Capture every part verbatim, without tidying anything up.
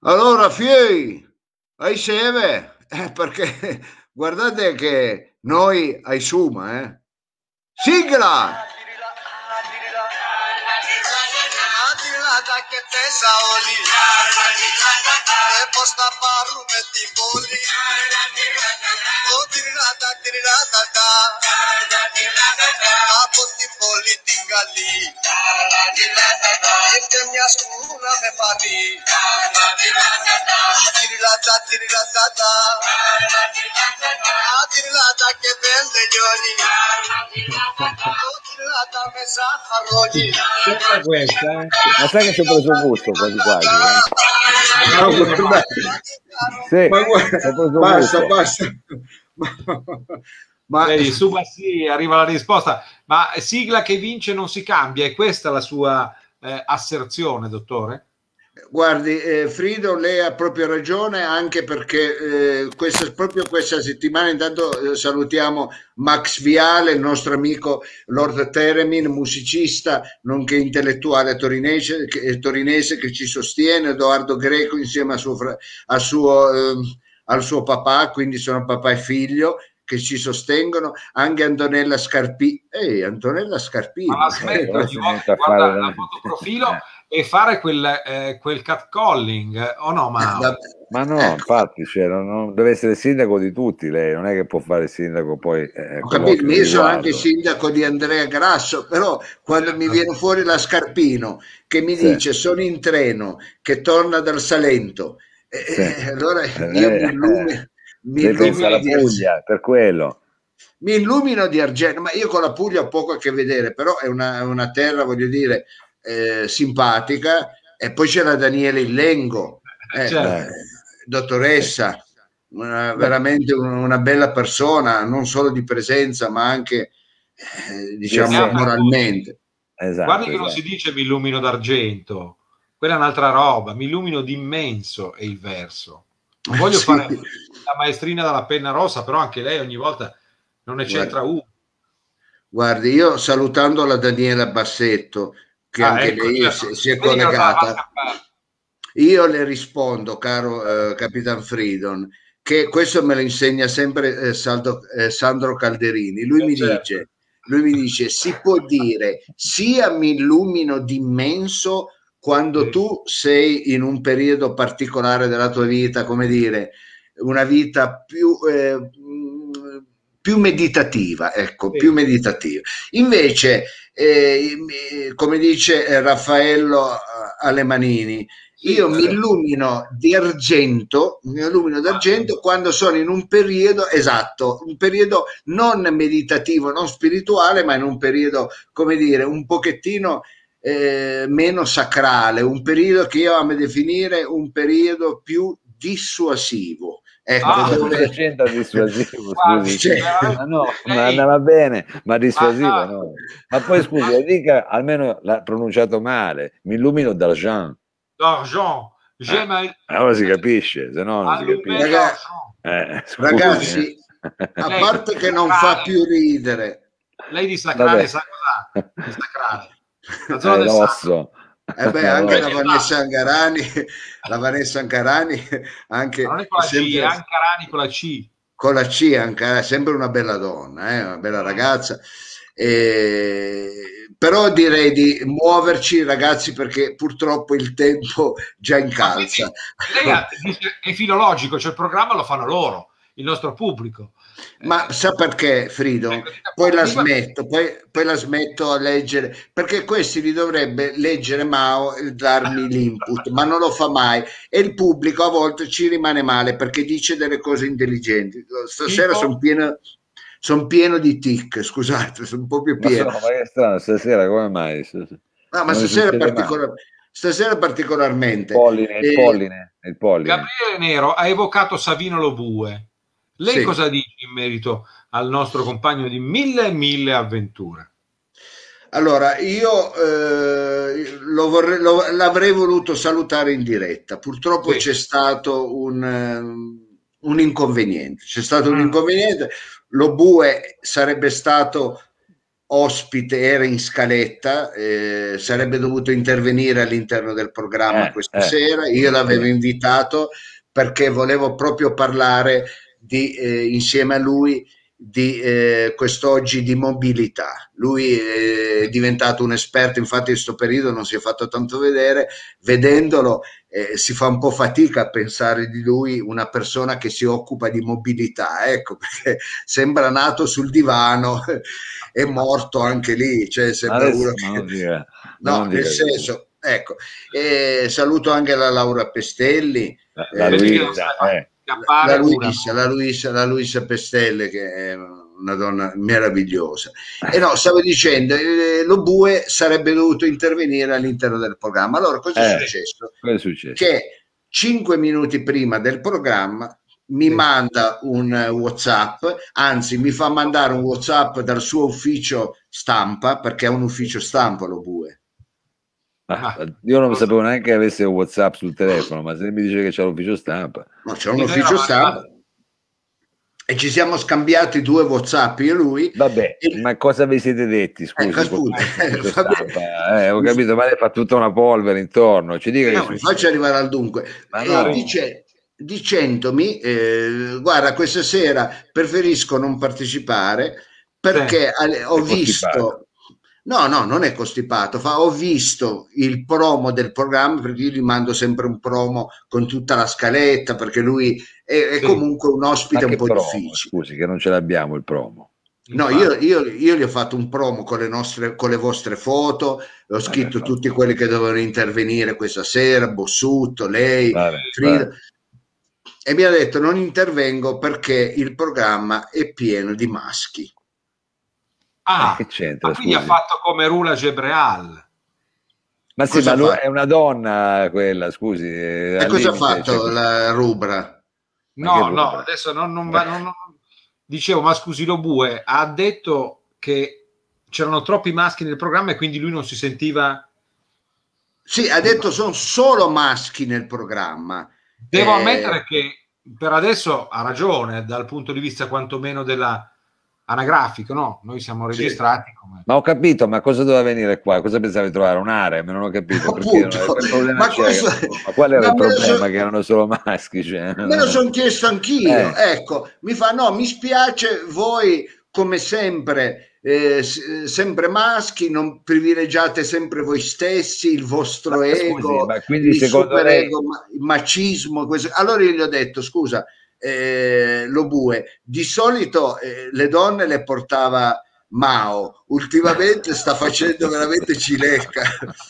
Allora, Fiei, hai seve? Eh, perché guardate che noi hai suma, eh. Sigla! Senta questa, eh? Ma sai che ci ho preso gusto quasi quasi, eh? Ma guarda, Sì, ma guarda, ci ho preso basta, gusto. basta. Ma, ma- Vedi, su Bassi arriva la risposta, ma sigla che vince non si cambia, è questa la sua eh, asserzione, dottore? Guardi, eh, Frido, lei ha proprio ragione, anche perché eh, questa, proprio questa settimana, intanto eh, salutiamo Max Viale, il nostro amico Lord Teremin, musicista nonché intellettuale torinese che, torinese che ci sostiene, Edoardo Greco insieme a suo, fra- al, suo, ehm, al suo papà, quindi sono papà e figlio che ci sostengono, anche Antonella Scarpini. Ehi, Antonella Ma la Scarpini, Eh, smetta però ogni si è volta venuta che a fare guarda la da- fotoprofilo eh. e fare quel, eh, quel catcalling, eh, o no, eh, Mao? vabbè, Ma no, ecco. infatti, cioè, non- non- deve essere il sindaco di tutti lei, non è che può fare il sindaco poi eh, Ho con capito, l'occhio ma di io sono anche riguardo. sindaco di Andrea Grasso, però quando mi viene fuori la Scarpino che mi Sì, dice sono in treno, che torna dal Salento, eh, sì. eh, allora Eh, io lei, mi eh, illumino, mi lei pensa illumino alla di, arg- Puglia, per quello. mi illumino di argento, ma io con la Puglia ho poco a che vedere, però è una, è una terra, voglio dire, eh, simpatica. E poi c'era Daniele Illengo, ecco, Certo. Eh, eh, sì. dottoressa, una- Beh, veramente un- una bella persona, non solo di presenza, ma anche, eh, di Ne diciamo, ha per essenza. tutti. moralmente. Guardi Esatto, che non si esatto. dice mi illumino d'argento, quella è un'altra roba, mi illumino d'immenso è il verso. Non voglio Sì, fare la maestrina dalla penna rossa, però anche lei ogni volta non ne guarda, c'entra uno. guardi, io salutando la Daniela Bassetto, che Ah, anche ecco, lei certo. si, si è Vedi che non te la fa collegata, scappare. io le rispondo, caro eh, Capitan Freedom, che questo me lo insegna sempre eh, Saldo- eh, Sandro Calderini. Lui Eh, mi certo. dice, lui mi dice, si può dire sia mi illumino d'immenso quando Sì, tu sei in un periodo particolare della tua vita, come dire, una vita più, eh, mh, più meditativa, ecco, più sì, meditativa. Invece, eh, come dice eh, Raffaello eh, Alemanini, sì, io mi sì. illumino di argento, mi illumino d'argento Argento. quando sono in un periodo esatto, un periodo non meditativo, non spirituale, ma in un periodo, come dire, un pochettino eh, meno sacrale, un periodo che io amo definire un periodo più dissuasivo. Ecco, Ah, Cosa, cosa dove c'entra dissuasivo? guardi, Scusi, cioè, sì. veramente Ma no, ma lei, andava bene, ma ma dissuasivo no, no. Ma poi scusi, ma lo dica, almeno l'ha pronunciato male, mi illumino d'argent. d'argent, Eh, j'aime allora si capisce, se no non si allumer capisce. raga- d'argent. Eh, scusi, Scusi, eh. ragazzi, a lei parte che non fa sacrale, più ridere, lei di sacrale Vabbè. sa cos'ha? Di sacrale. La zona Eh, del sacro. l'osso. eh beh, anche Lei la L'osso. ne Vanessa sa. Angarani, la Vanessa Angarani, Ma non è anche con la C, è sempre Ancarani con la C. con la C, anche, è sempre una bella donna, eh, una bella Mm. ragazza. Eh, però direi di muoverci, ragazzi, perché purtroppo il tempo già Ma incalza. quindi lei ha- dice è filologico, cioè il programma lo fanno loro, il nostro pubblico. Ma Eh, sa perché, Frido? ecco, dica un Poi po'. la Mi guarda- smetto, poi, poi la smetto a leggere, perché questi li dovrebbe leggere Mao e darmi l'input, ma non lo fa mai. E il pubblico a volte ci rimane male perché dice delle cose intelligenti. Stasera sono tipo, pieno, son pieno di tic, scusate, sono un po' più Ma pieno. so, ma che strano, stasera come mai? No, ma Non mi stasera, succede mai. particolar- stasera particolarmente. Polline, il Eh, polline, il polline. Gabriele Nero ha evocato Savino Lobue. Lei sì. cosa dice in merito al nostro compagno di mille e mille avventure? Allora, io eh, lo vorrei- lo- l'avrei voluto salutare in diretta. Purtroppo Sì. c'è stato un, ehm, un inconveniente. C'è stato un Mm. inconveniente. Lo Bue sarebbe stato ospite, era in scaletta, eh, sarebbe dovuto intervenire all'interno del programma Eh, questa eh, sera. Io l'avevo sì. invitato perché volevo proprio parlare di, eh, insieme a lui di eh, quest'oggi di mobilità. Lui è diventato un esperto, infatti in questo periodo non si è fatto tanto vedere. Vedendolo eh, si fa un po' fatica a pensare di lui una persona che si occupa di mobilità, ecco, perché sembra nato sul divano, è morto anche lì, cioè Ma sembra uno adesso ma che... non dica, ma No, non nel dica così. senso, ecco, e saluto anche la Laura Pestelli, La, la Vedi che eh, non Luisa, sai eh. la scappare una, Luisa, la Luisa, la Luisa Pestelle, che è una donna meravigliosa. E no, stavo dicendo, eh, lo Bue sarebbe dovuto intervenire all'interno del programma. Allora, cosa è Eh, successo? cosa è successo? Che cinque minuti prima del programma mi Sì. manda un WhatsApp, anzi mi fa mandare un WhatsApp dal suo ufficio stampa, perché è un ufficio stampa lo Bue. Ma Ma io non lo sapevo so. neanche che avesse WhatsApp sul telefono, ma se mi dice che c'è l'ufficio stampa, No, c'è un E noi ufficio eravamo stampa arrivati. e ci siamo scambiati due WhatsApp io e lui. vabbè, E, ma cosa vi siete detti? ecco, Scusi, con appunto, l'ufficio vabbè, stampa, eh, ho capito, ma lei fa tutta una polvere intorno, ci dica che è no, mi faccio successo. arrivare al dunque. Ma E no, dice, dicendomi, eh, guarda, questa sera preferisco non partecipare Sì. perché alle- ho è costipato. visto, no, no, non è costipato, fa, ho visto il promo del programma, perché io gli mando sempre un promo con tutta la scaletta, perché lui è, è Sì, comunque un Ma ospite un che po' promo? difficile. Scusi, che non ce l'abbiamo il promo. No, io, infatti. io, io gli ho fatto un promo con le nostre, con le vostre foto, ho Vabbè, scritto fa- tutti quelli che dovevano intervenire questa sera, Bossuto, lei, vabbè, Frida, vabbè. e mi ha detto non intervengo perché il programma è pieno di maschi. Eh, che Ah, ma c'entra, quindi ha scusi? fatto come Rula Gebreal. Ma sì, Cosa ma ha lui fatto? è una donna quella, scusi, eh, E al cosa ha limite, cioè, fatto co- la Rubra? ma che No, no, rubra? adesso non, non Ma- va. Non- non- Dicevo, ma scusi, lo Bue ha detto che c'erano troppi maschi nel programma e quindi lui non si sentiva. Sì, ha detto sono solo maschi nel programma. Devo Eh, ammettere che per adesso ha ragione dal punto di vista quantomeno della anagrafico, no? Noi siamo sì. registrati come. Ma ho capito, ma cosa doveva venire qua? Cosa pensavi di trovare? Un harem? Non ho capito perché. Appunto, non- Che problema ma c'era? questo, Ma qual era ma il me lo so, problema? Che erano solo maschi? Cioè, me lo sono chiesto anch'io. eh, Ecco, mi fa no, mi spiace, voi come sempre, eh, s- sempre maschi, non privilegiate sempre voi stessi, il ma vostro scusi, ego, ma quindi il secondo lei. superego, ma- il macismo. Questo. Allora io gli ho detto, scusa, eh, lo Bue, di solito eh, le donne le portava Mao, ultimamente sta facendo veramente cilecca.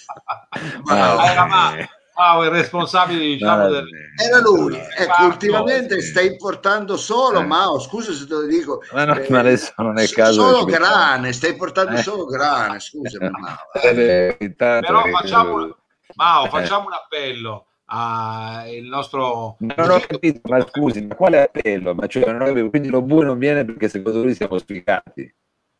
Ma Mao. Ah, era Ma- sì, Mao il responsabile, ma diciamo, la del Era smetta, lui, ma ecco, reparto. la ultimamente sta smetta. importando solo Eh. Mao, scusa se te lo dico, Ma, no, ma eh, adesso non è il s- caso che ci solo mettiamo. grane, stai portando Eh? solo grane, scusami Mao. Eh, Eh. beh, intanto Però che. facciamo, un- Mao, Eh. facciamo un appello al nostro Ma non ho querido capito, ma scusi, ma quale appello? Ma cioè, non ho capito, quindi lo bue non viene perché secondo lui siamo sfigati.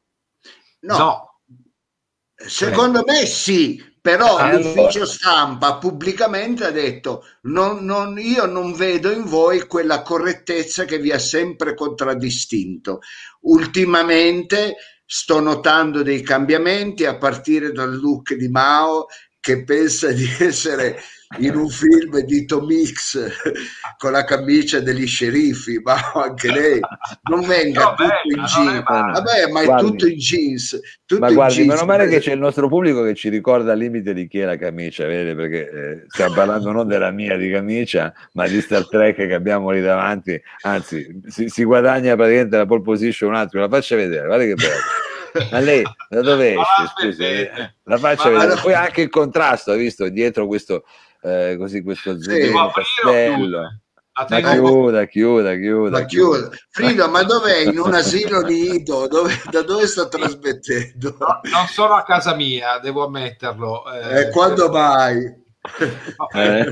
No, No, cioè, secondo me sì, però Ah, l'ufficio allora, stampa pubblicamente ha detto non, non- io non vedo in voi quella correttezza che vi ha sempre contraddistinto. Ultimamente sto notando dei cambiamenti a partire dal look di Mao che pensa di essere in un film di Tom Mix con la camicia degli sceriffi, ma anche lei non venga però tutto in bella, non è jeans. ma no, male. Vabbè, ma è tutto guardi, in jeans, ma tutto in guardi, jeans. meno male che c'è il nostro pubblico che ci ricorda al limite di chi è la camicia, vede? Perché eh, stiamo parlando non della mia di camicia, ma di Star Trek che abbiamo lì davanti, anzi, si, si guadagna praticamente la pole position un attimo, la faccia vedere, guarda che bello. Ma lei da dove Ma esce? la Scusi, eh, smettete, la faccia ma la vedere. Allora, Poi smettete. anche il contrasto, hai visto? Dietro questo, eh, così, questo sì, Devo azzurrino aprire o pastello. chiudere? La Ma tengo un po'. eh, chiuda, chiuda, chiuda, ma chiuda. chiudo. Frido, ma dov'è? In un asilo nido? Dove, da dove sta Sì, trasmettendo? no, non sono a casa mia, devo ammetterlo. Eh, Eh, quando mai? Eh?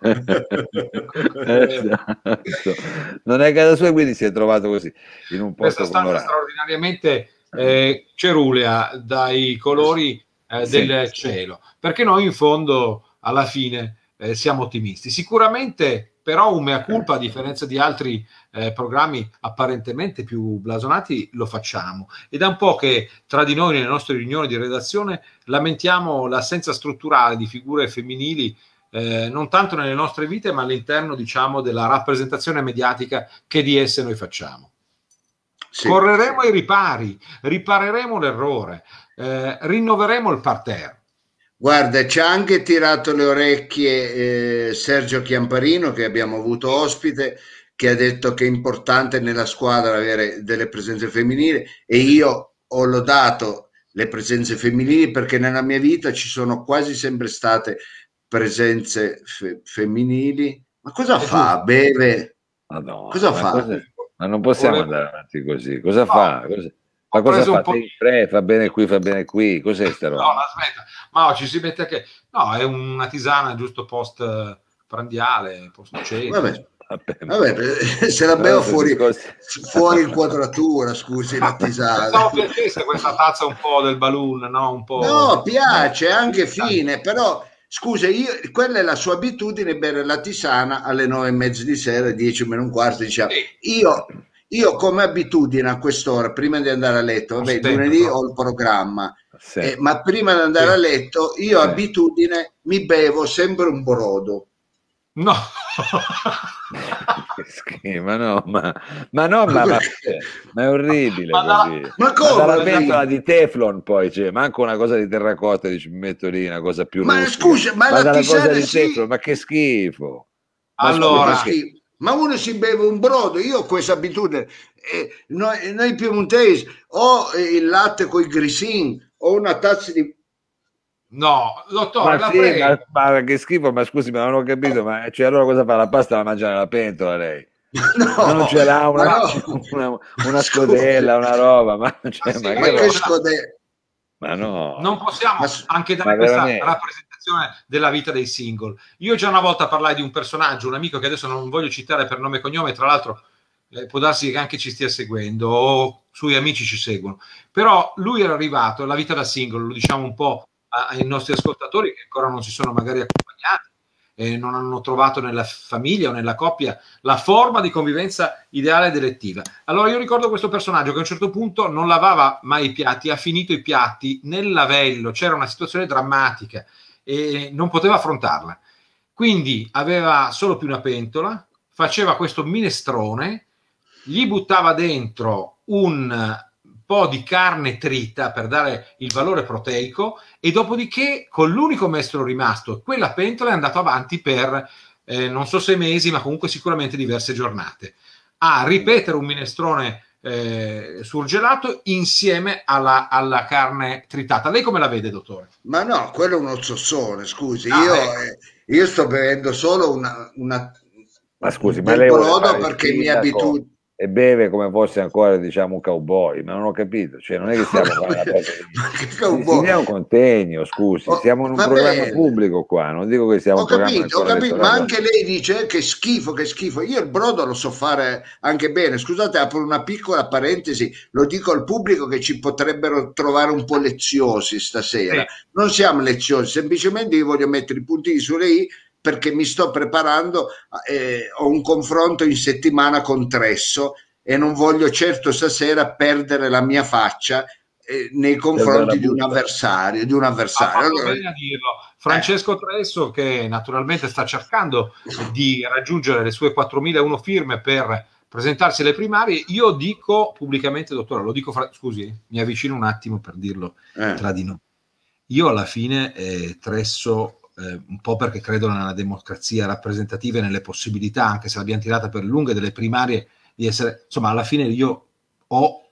Esatto. Non è a casa sua, quindi si è trovato così, in un Questa posto stanza colorato. straordinariamente eh, cerulea dai colori eh, Sì. del cielo, perché noi in fondo alla fine eh, siamo ottimisti. Sicuramente però un mea culpa, a differenza di altri eh, programmi apparentemente più blasonati, lo facciamo. Ed è un po' che tra di noi nelle nostre riunioni di redazione lamentiamo l'assenza strutturale di figure femminili, eh, non tanto nelle nostre vite ma all'interno, diciamo, della rappresentazione mediatica che di esse noi facciamo. Sì. Correremo ai ripari, ripareremo l'errore, eh, rinnoveremo il parterre. Guarda, ci ha anche tirato le orecchie eh, Sergio Chiamparino, che abbiamo avuto ospite, che ha detto che è importante nella squadra avere delle presenze femminili, e io ho lodato le presenze femminili perché nella mia vita ci sono quasi sempre state presenze fe- femminili. Ma cosa è fa? Giusto. Beve? Madonna, cosa ma fa? Cosa... Ma non possiamo Vorrei... andare avanti così. Cosa no. fa? Cosa... Ma Ho cosa fa? Po'... Pre, fa bene qui, fa bene qui. Cos'è sta roba? No, aspetta. Ma no, ci si mette che... No, è una tisana giusto post prandiale, post cena. Vabbè. Vabbè, se la bevo fuori, fuori inquadratura, scusi, la tisana. Pensavo piacesse questa tazza un po' del balloon, no? Un po'... No, piace, anche fine, però... Scusa, io, quella è la sua abitudine, bere la tisana alle nove e mezza di sera, dieci meno un quarto, diciamo. Io... Io come abitudine a quest'ora, prima di andare a letto, vabbè, Aspetta, lunedì no. ho il programma, sì. eh, ma prima di andare sì. a letto, io sì. abitudine, mi bevo sempre un brodo. No. ma no, ma, ma no, ma, ma, ma è orribile ma così. Da, ma come? Ma dalla pentola di Teflon poi, cioè, manco una cosa di terracotta, dici, mi metto lì una cosa più Ma rustica. Scusa, ma, ma la dalla tisana cosa di sì. Teflon, ma che schifo. Ma allora... Scusa, ma uno si beve un brodo, io ho questa abitudine, eh, noi, noi piemontesi o il latte con i grisin o una tazza di... No, dottore, ma, sì, ma, ma che schifo, ma scusi, ma non ho capito, ma cioè, allora cosa fa? La pasta la mangia nella pentola lei? No, ma non ce l'ha una, no. una, una scodella, una roba, ma, cioè, ma, sì, ma, ma che, che scodella? Ma no. Non possiamo ma, anche dare questa veramente. rappresentazione della vita dei single. Io già una volta parlai di un personaggio, un amico che adesso non voglio citare per nome e cognome, tra l'altro eh, può darsi che anche ci stia seguendo o suoi amici ci seguono, però lui era arrivato alla vita da single, lo diciamo un po' ai nostri ascoltatori che ancora non si sono magari accompagnati e non hanno trovato nella famiglia o nella coppia la forma di convivenza ideale ed elettiva. Allora io ricordo questo personaggio che a un certo punto non lavava mai i piatti, ha finito i piatti nel lavello, c'era una situazione drammatica e non poteva affrontarla. Quindi aveva solo più una pentola, faceva questo minestrone, gli buttava dentro un po' di carne trita per dare il valore proteico e dopodiché con l'unico mestolo rimasto, quella pentola, è andato avanti per eh, non so se mesi, ma comunque sicuramente diverse giornate a ripetere un minestrone eh, surgelato insieme alla, alla carne tritata. Lei come la vede, dottore? Ma no, quello è uno zozzone, scusi. Ah, io, ecco. eh, io sto bevendo solo una, una ma scusi, ma lei brodo perché mi abitudo. E beve come fosse ancora, diciamo, un cowboy, ma non ho capito, cioè non è che stiamo no, ma che siamo un contegno, scusi, oh, siamo in un programma bene. pubblico qua, non dico che siamo ho un capito, ho capito, ma anche lei dice che schifo, che schifo. Io il brodo lo so fare anche bene. Scusate, apro una piccola parentesi, lo dico al pubblico che ci potrebbero trovare un po' leziosi stasera. Sì. Non siamo leziosi, semplicemente io voglio mettere i puntini sulle i perché mi sto preparando, eh, ho un confronto in settimana con Tresso e non voglio certo stasera perdere la mia faccia eh, nei confronti di un avversario. Di un avversario. Ha fatto bene a dirlo. Francesco Tresso, che naturalmente sta cercando di raggiungere le sue quattromilauno firme per presentarsi alle primarie, io dico pubblicamente, dottore, lo dico, fra... scusi, mi avvicino un attimo per dirlo eh. tra di noi. Io alla fine eh, Tresso Eh, un po' perché credo nella democrazia rappresentativa e nelle possibilità, anche se l'abbiamo tirata per lunghe, delle primarie, di essere, insomma, alla fine io ho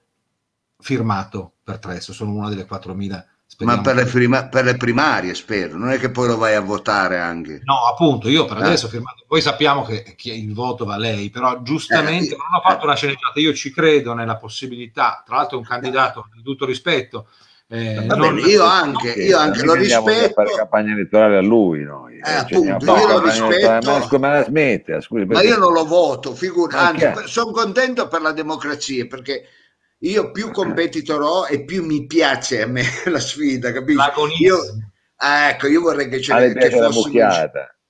firmato per Tresso, sono una delle quattromila. Ma per le, prima, per le primarie, spero, non è che poi lo vai a votare anche. No, appunto, io per eh. adesso ho firmato, poi sappiamo che, che il voto va a lei, però giustamente eh, non ho fatto eh. una sceneggiata, io ci credo nella possibilità, tra l'altro è un candidato di tutto rispetto. Eh, non, io anche, io anche lo rispetto. Fare campagna elettorale a lui, noi. Eh, appunto, io lo rispetto. Ma la smette, scusi, ma io non lo voto, figurati, anzi, sono contento per la democrazia perché io più competitor ho e più mi piace a me la sfida, capisci? Io, ecco, io vorrei che ce ne che fosse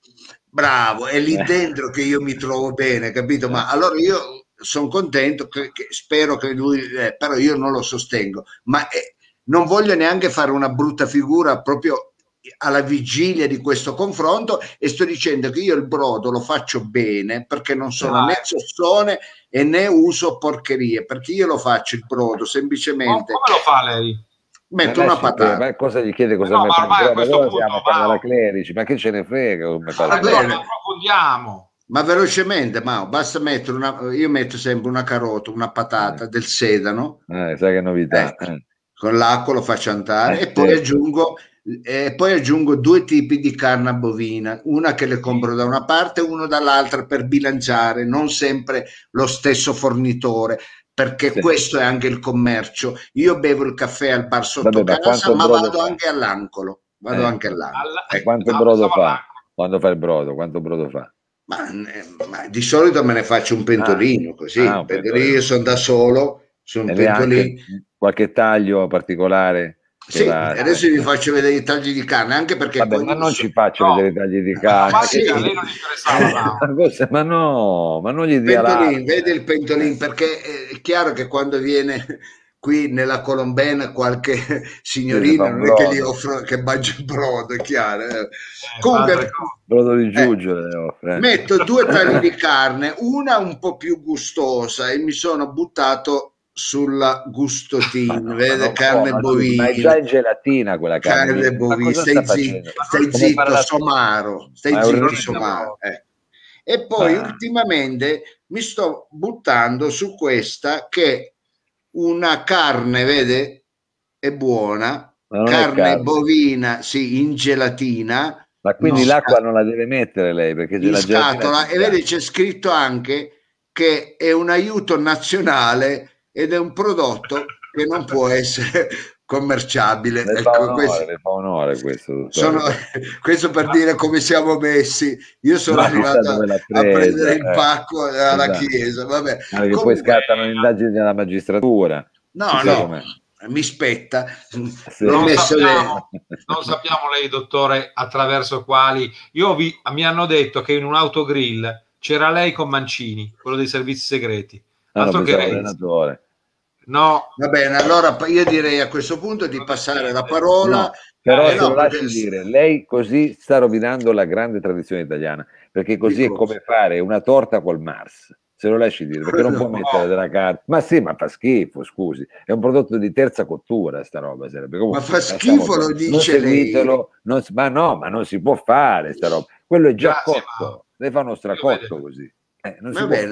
Bravo, è lì dentro che io mi trovo bene, capito? Ma allora io sono contento, che, che spero che lui, eh, però io non lo sostengo, ma eh, non voglio neanche fare una brutta figura proprio alla vigilia di questo confronto e sto dicendo che io il brodo lo faccio bene perché non sono né sossone e né uso porcherie, perché io lo faccio il brodo semplicemente. Come lo fa lei? Metto una patata. Ma cosa gli chiede cosa no, mette? Ma ormai a questo punto siamo alla Clerici, ma che ce ne frega? Come ma allora, approfondiamo. Ma velocemente, ma basta mettere una, io metto sempre una carota, una patata, eh. del sedano. Eh, sai che novità. Eh, eh. Con l'acqua lo faccio andare eh, e poi certo. aggiungo e poi aggiungo due tipi di carne bovina, una che le compro da una parte e uno dall'altra per bilanciare, non sempre lo stesso fornitore, perché sì. Questo è anche il commercio. Io bevo il caffè al bar sotto Vabbè, casa, ma vado fa? anche all'ancolo. Vado eh, anche all'ancolo. Alla... E quanto no, brodo fa? Quando fa il brodo, quanto brodo fa? Ma, ma di solito me ne faccio un pentolino, ah, così. Ah, un pentolino. Io sono da solo, sono un pentolino. Qualche taglio particolare? Sì, va... adesso vi faccio vedere i tagli di carne, anche perché Vabbè, poi ma non so... ci faccio no. vedere i tagli di carne. Ma sì, a lei non interessava. No. Ma no, ma non gli dia pentolino, vede il pentolino, perché è chiaro che quando viene qui nella Colombena qualche signorina sì, non è che gli offro che mangia il brodo, è chiaro. Eh. Eh, Comunque, brodo di giuggiole, eh, offre, eh. metto due tagli di carne, una un po' più gustosa e mi sono buttato sulla gustotina, vede, carne può, bovina. Ma è già in gelatina quella carne, carne bovina, stai zitto, stai zitto, somaro, stai zitto, somaro. Eh. E poi ah. ultimamente mi sto buttando su questa che una carne, vede, è buona, carne, carne bovina, sì, in gelatina. Ma quindi l'acqua non la deve mettere lei, perché in la scatola, e vede c'è scritto anche che è un aiuto nazionale ed è un prodotto che non può essere commerciabile. Le fa, ecco, onore, questo, le fa onore questo. Sono, questo per dire come siamo messi. Io sono Ma arrivato a, presa, a prendere il pacco eh, alla esatto. chiesa. Vabbè. Comunque, poi scattano indagini della magistratura. No, no. Come? Mi spetta. Sì. Non, messo sappiamo, le... non sappiamo lei, dottore, attraverso quali. Io vi, mi hanno detto che in un autogrill c'era lei con Mancini, quello dei servizi segreti. Altro no, che allenatore. No. Va bene, allora io direi a questo punto di passare la parola. No, però eh, se no, lo lasci perché... dire, lei così sta rovinando la grande tradizione italiana, perché così è come fare una torta col Mars. Se lo lasci dire, perché non può mettere della carne. Ma sì, ma fa schifo, scusi. È un prodotto di terza cottura, sta roba. Sarebbe. Comunque, ma fa schifo, lo dice lei. Non, ma no, ma non si può fare sta roba. Quello è già Grazie, cotto. Ma... Lei fa uno stracotto così. Eh, non Va bene,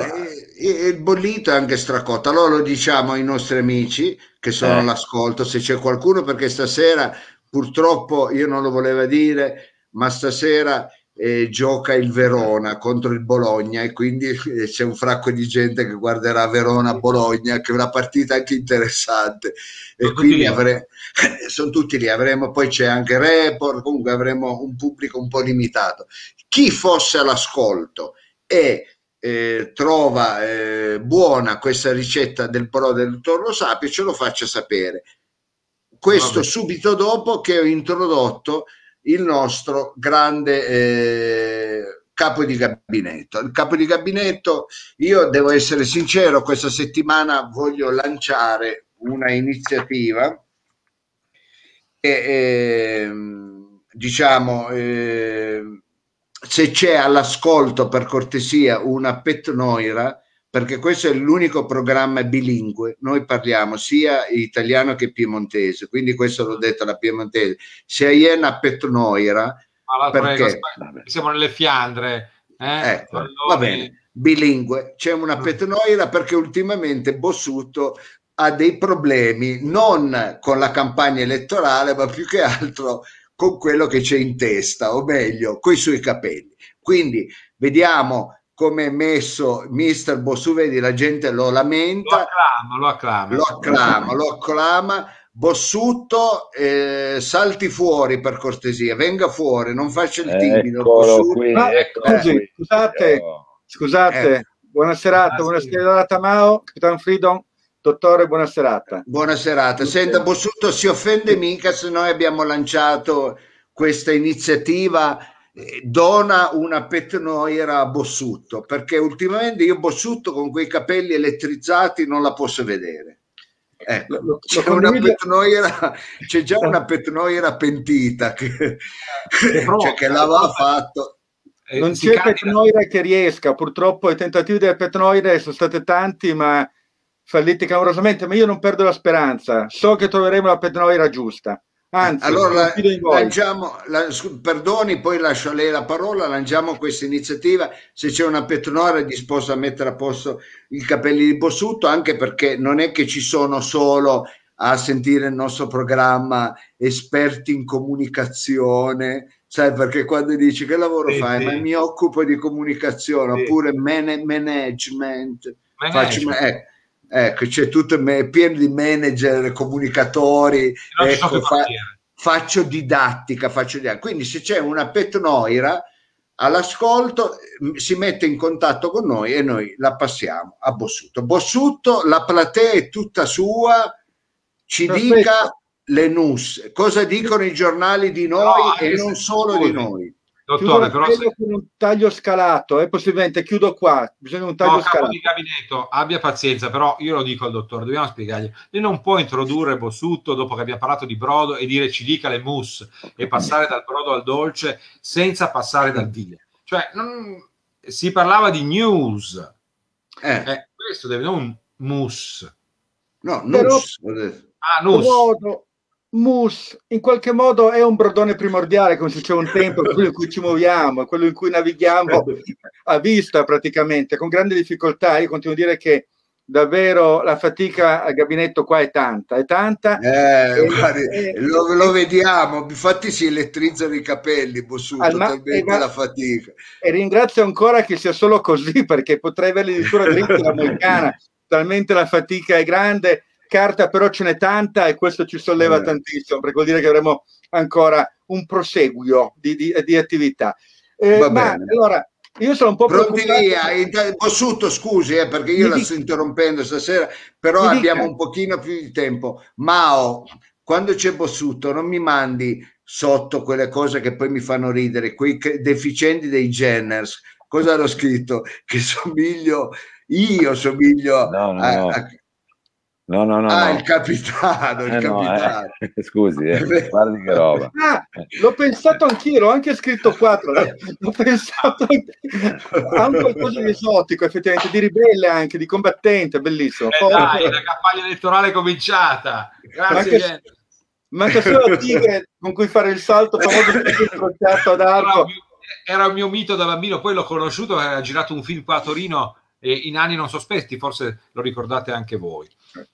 il bollito è anche stracotto. Allora lo diciamo ai nostri amici che sono eh. all'ascolto, se c'è qualcuno, perché stasera purtroppo io non lo volevo dire, ma stasera eh, gioca il Verona contro il Bologna e quindi eh, c'è un fracco di gente che guarderà Verona-Bologna, che è una partita anche interessante. E sono quindi avremo, sono tutti lì, avremo, poi c'è anche Report, comunque avremo un pubblico un po' limitato. Chi fosse all'ascolto e Eh, trova eh, buona questa ricetta del brodo del dottor Lo Sapio, ce lo faccia sapere. Questo Vabbè. subito dopo che ho introdotto il nostro grande eh, capo di gabinetto. Il capo di gabinetto, io devo essere sincero, questa settimana voglio lanciare una iniziativa che eh, diciamo eh, se c'è all'ascolto, per cortesia, una Petnoira, perché questo è l'unico programma bilingue, noi parliamo sia italiano che piemontese, quindi questo l'ho detto alla piemontese, se hai una Petnoira, perché prego, siamo nelle Fiandre, eh? Ecco, va bene, bilingue, c'è una Petnoira perché ultimamente Bossuto ha dei problemi non con la campagna elettorale, ma più che altro con quello che c'è in testa, o meglio, coi suoi capelli. Quindi vediamo come è messo mister Bossu, vedi, la gente lo lamenta, lo acclama, lo acclama, lo acclama. Bossuto, eh, salti fuori per cortesia, venga fuori, non faccia il timido. Qui, ah, scusi, qui. scusate, scusate, eh. buona serata, buona serata Mao, Capitan Freedom. Dottore, buona serata. Buona serata. Senta, Bossuto si offende mica se noi abbiamo lanciato questa iniziativa dona una petnoira a Bossutto, perché ultimamente io Bossutto con quei capelli elettrizzati non la posso vedere. Ecco, lo, c'è, lo una petnoira, c'è già una petnoira pentita che, che, cioè, che l'aveva fatto. Non c'è petnoira che riesca, purtroppo i tentativi delle petnoire sono stati tanti ma falliti clamorosamente, ma io non perdo la speranza, so che troveremo la petnoira giusta. Anzi, allora lanciamo, la, perdoni, poi lascio a lei la parola, lanciamo questa iniziativa. Se c'è una petnoira disposta a mettere a posto i capelli di Bossutto, anche perché non è che ci sono solo a sentire il nostro programma esperti in comunicazione, sai, perché quando dici che lavoro sì, fai, sì. ma mi occupo di comunicazione, sì. oppure man- management, management. Faccio, eh, ecco, c'è tutto pieno di manager, comunicatori, ecco, fa, faccio didattica, faccio didattica. Quindi se c'è una petnoira all'ascolto si mette in contatto con noi e noi la passiamo a Bossutto. Bossutto, la platea è tutta sua, ci Perfetto. dica le news, cosa dicono i giornali di noi no, e non solo scusi. di noi. Dottore, però se... con un taglio scalato, è possibilmente, chiudo qua, bisogna un taglio no, scalato. Capo di gabinetto, abbia pazienza, però io lo dico al dottore, dobbiamo spiegargli, lei non può introdurre Bossutto dopo che abbiamo parlato di brodo e dire ci dica le mousse e passare dal brodo al dolce senza passare dal vino. Cioè, non... si parlava di news, eh. Eh, questo deve non mousse. No, news. Ah, news. Brodo. Mousse in qualche modo è un brodone primordiale, come se c'è un tempo, quello in cui ci muoviamo, quello in cui navighiamo a vista praticamente, con grande difficoltà. Io continuo a dire che davvero la fatica al gabinetto qua è tanta, è tanta. Eh, e, guardi, e, lo, lo vediamo, infatti si elettrizzano i capelli, Bossutto, talmente e, la fatica. E ringrazio ancora che sia solo così, perché potrei averli addirittura dritti la moicana, talmente la fatica è grande. Carta però ce n'è tanta e questo ci solleva eh. tantissimo, perché vuol dire che avremo ancora un proseguio di, di, di attività. Eh, ma bene. Allora, io sono un po' pronti via, Bossutto, scusi, eh, perché io Mi la dico. sto interrompendo stasera, però Mi abbiamo dica. un pochino più di tempo. Mao, quando c'è Bossutto non mi mandi sotto quelle cose che poi mi fanno ridere, quei deficienti dei Jenners. Cosa hanno scritto? Che somiglio, io somiglio no, no, a, no. a No, no, no, ah, no. il capitano, il eh, capitano. No, eh. Scusi, eh. guardi che roba. Ah, l'ho pensato anch'io, l'ho anche scritto quattro. L'ho pensato ha un qualcosa di esotico, effettivamente, di ribelle anche, di combattente, bellissimo. Eh dai, la campagna elettorale è cominciata. Grazie. Manca, manca solo la tigre con cui fare il salto famoso ad arco. Era un mio mito da bambino, poi l'ho conosciuto, ha girato un film qua a Torino eh, in anni non sospetti, forse lo ricordate anche voi.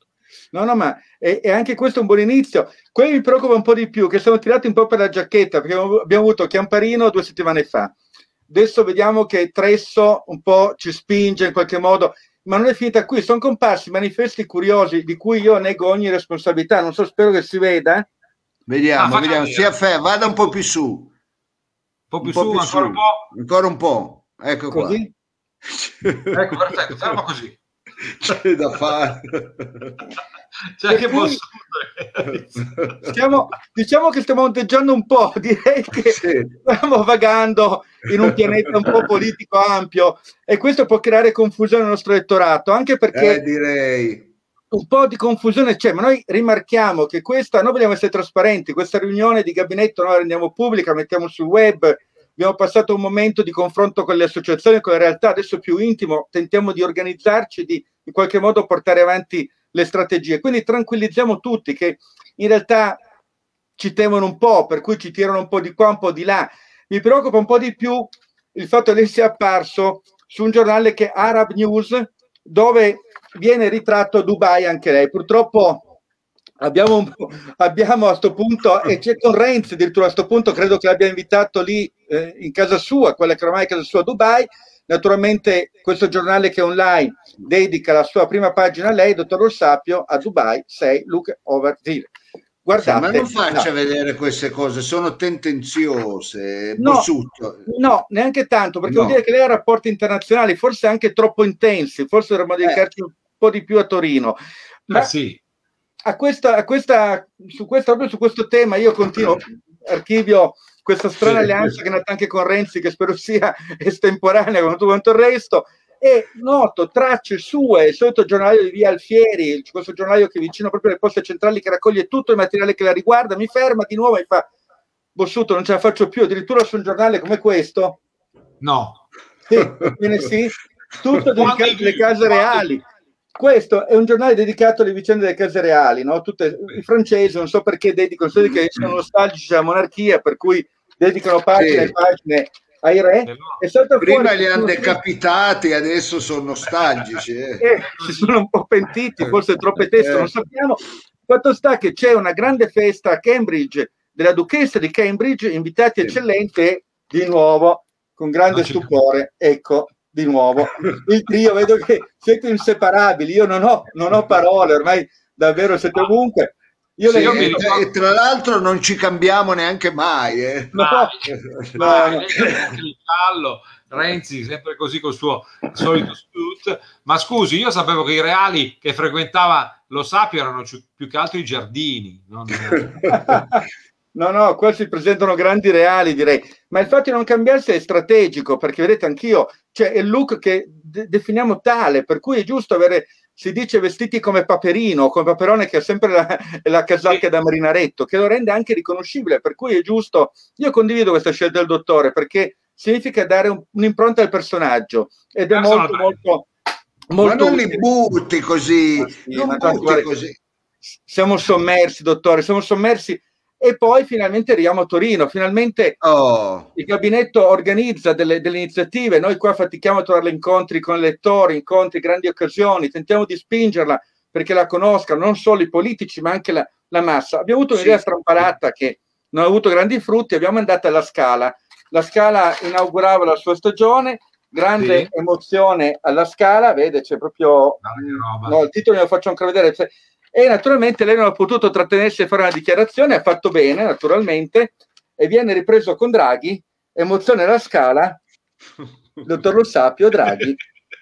No, no, ma è, è anche questo un buon inizio. Quello mi preoccupa un po' di più, che siamo tirati un po' per la giacchetta, perché abbiamo avuto Chiamparino due settimane fa. Adesso vediamo che Tresso un po' ci spinge in qualche modo, ma non è finita qui. Sono comparsi manifesti curiosi di cui io nego ogni responsabilità. Non so, spero che si veda. Vediamo, ah, vediamo. Sia fe, vada un po' più su. Un po' più un po su, più ancora su. un po'. Ancora un po'. Ecco così? Qua. Ecco, perfetto, fermo così. C'è da fare. Cioè, che posso... stiamo, diciamo che stiamo ondeggiando un po', direi che sì. stiamo vagando in un pianeta un po' politico ampio e questo può creare confusione nel nostro elettorato, anche perché eh, direi un po' di confusione c'è, ma noi rimarchiamo che questa, noi vogliamo essere trasparenti, questa riunione di gabinetto noi la rendiamo pubblica, la mettiamo sul web. Abbiamo passato un momento di confronto con le associazioni, con la realtà, adesso più intimo, tentiamo di organizzarci, di in qualche modo portare avanti le strategie. Quindi tranquillizziamo tutti che in realtà ci temono un po', per cui ci tirano un po' di qua, un po' di là. Mi preoccupa un po' di più il fatto che lei sia apparso su un giornale che è Arab News, dove viene ritratto Dubai anche lei. Purtroppo abbiamo, un po', abbiamo a sto punto, e c'è con Renzi addirittura a sto punto, credo che l'abbia invitato lì eh, in casa sua, quella che ormai è casa sua a Dubai. Naturalmente questo giornale che è online dedica la sua prima pagina a lei, dottor Rossapio, a Dubai, sei look over zero. Guardate, sì, ma non faccia no. vedere queste cose, sono tendenziose. No, Bossutto. no, neanche tanto, perché no. vuol dire che lei ha rapporti internazionali, forse anche troppo intensi, forse dovremmo dedicarci eh. un po' di più a Torino. Ma ah, sì. a questa, a questa, su, questa, proprio su questo tema io continuo, archivio questa strana sì, alleanza sì. che è nata anche con Renzi, che spero sia estemporanea come tutto quanto il resto, e noto tracce sue, il solito giornalaio di Via Alfieri, questo giornalaio che è vicino proprio alle poste centrali, che raccoglie tutto il materiale che la riguarda, mi ferma di nuovo e fa: Bossuto, non ce la faccio più, addirittura su un giornale come questo. No. Sì, bene, sì, tutto dedicato alle case reali. Questo è un giornale dedicato alle vicende delle case reali, no? Tutte, i francesi, non so perché dedicano, so che sono nostalgici alla monarchia, per cui dedicano pagine e sì. pagine ai re. È prima fuori, li hanno decapitati, sì. adesso sono nostalgici. Eh. Eh, si sono un po' pentiti, forse troppe teste, eh. non sappiamo. Fatto sta che c'è una grande festa a Cambridge della duchessa di Cambridge, invitati sì. eccellenti, e di nuovo con grande stupore, ecco, di nuovo il trio. Vedo che siete inseparabili, io non ho, non ho parole, ormai davvero siete ovunque. Io sì, le... e, e tra l'altro non ci cambiamo neanche mai, eh. no, no, no, no. Il callo, Renzi sempre così col suo solito stut. Ma scusi, io sapevo che i reali che frequentava Lo Sapio erano più che altro i giardini, non... No, no, qua si presentano grandi reali, direi. Ma il fatto di non cambiarsi è strategico, perché vedete anch'io, cioè è il look che de- definiamo tale, per cui è giusto avere, si dice, vestiti come Paperino, come Paperone, che ha sempre la, la casacca sì. da marinaretto, che lo rende anche riconoscibile, per cui è giusto. Io condivido questa scelta del dottore, perché significa dare un, un'impronta al personaggio, ed è molto, molto, molto... Ma non li butti così, ah, sì, non butti guarda, così. Siamo sommersi, dottore, siamo sommersi. E poi finalmente arriviamo a Torino, finalmente oh. il gabinetto organizza delle, delle iniziative, noi qua fatichiamo a trovare incontri con lettori, incontri, grandi occasioni, tentiamo di spingerla perché la conoscano non solo i politici ma anche la, la massa. Abbiamo avuto un'idea sì. strampalata che non ha avuto grandi frutti, abbiamo mandato alla Scala. La Scala inaugurava la sua stagione, grande sì. emozione alla Scala, vede c'è proprio, no, no, il titolo me lo faccio ancora vedere, e naturalmente lei non ha potuto trattenersi e fare una dichiarazione, ha fatto bene naturalmente, e viene ripreso con Draghi, emozione alla Scala, dottor Lo Sapio, Draghi.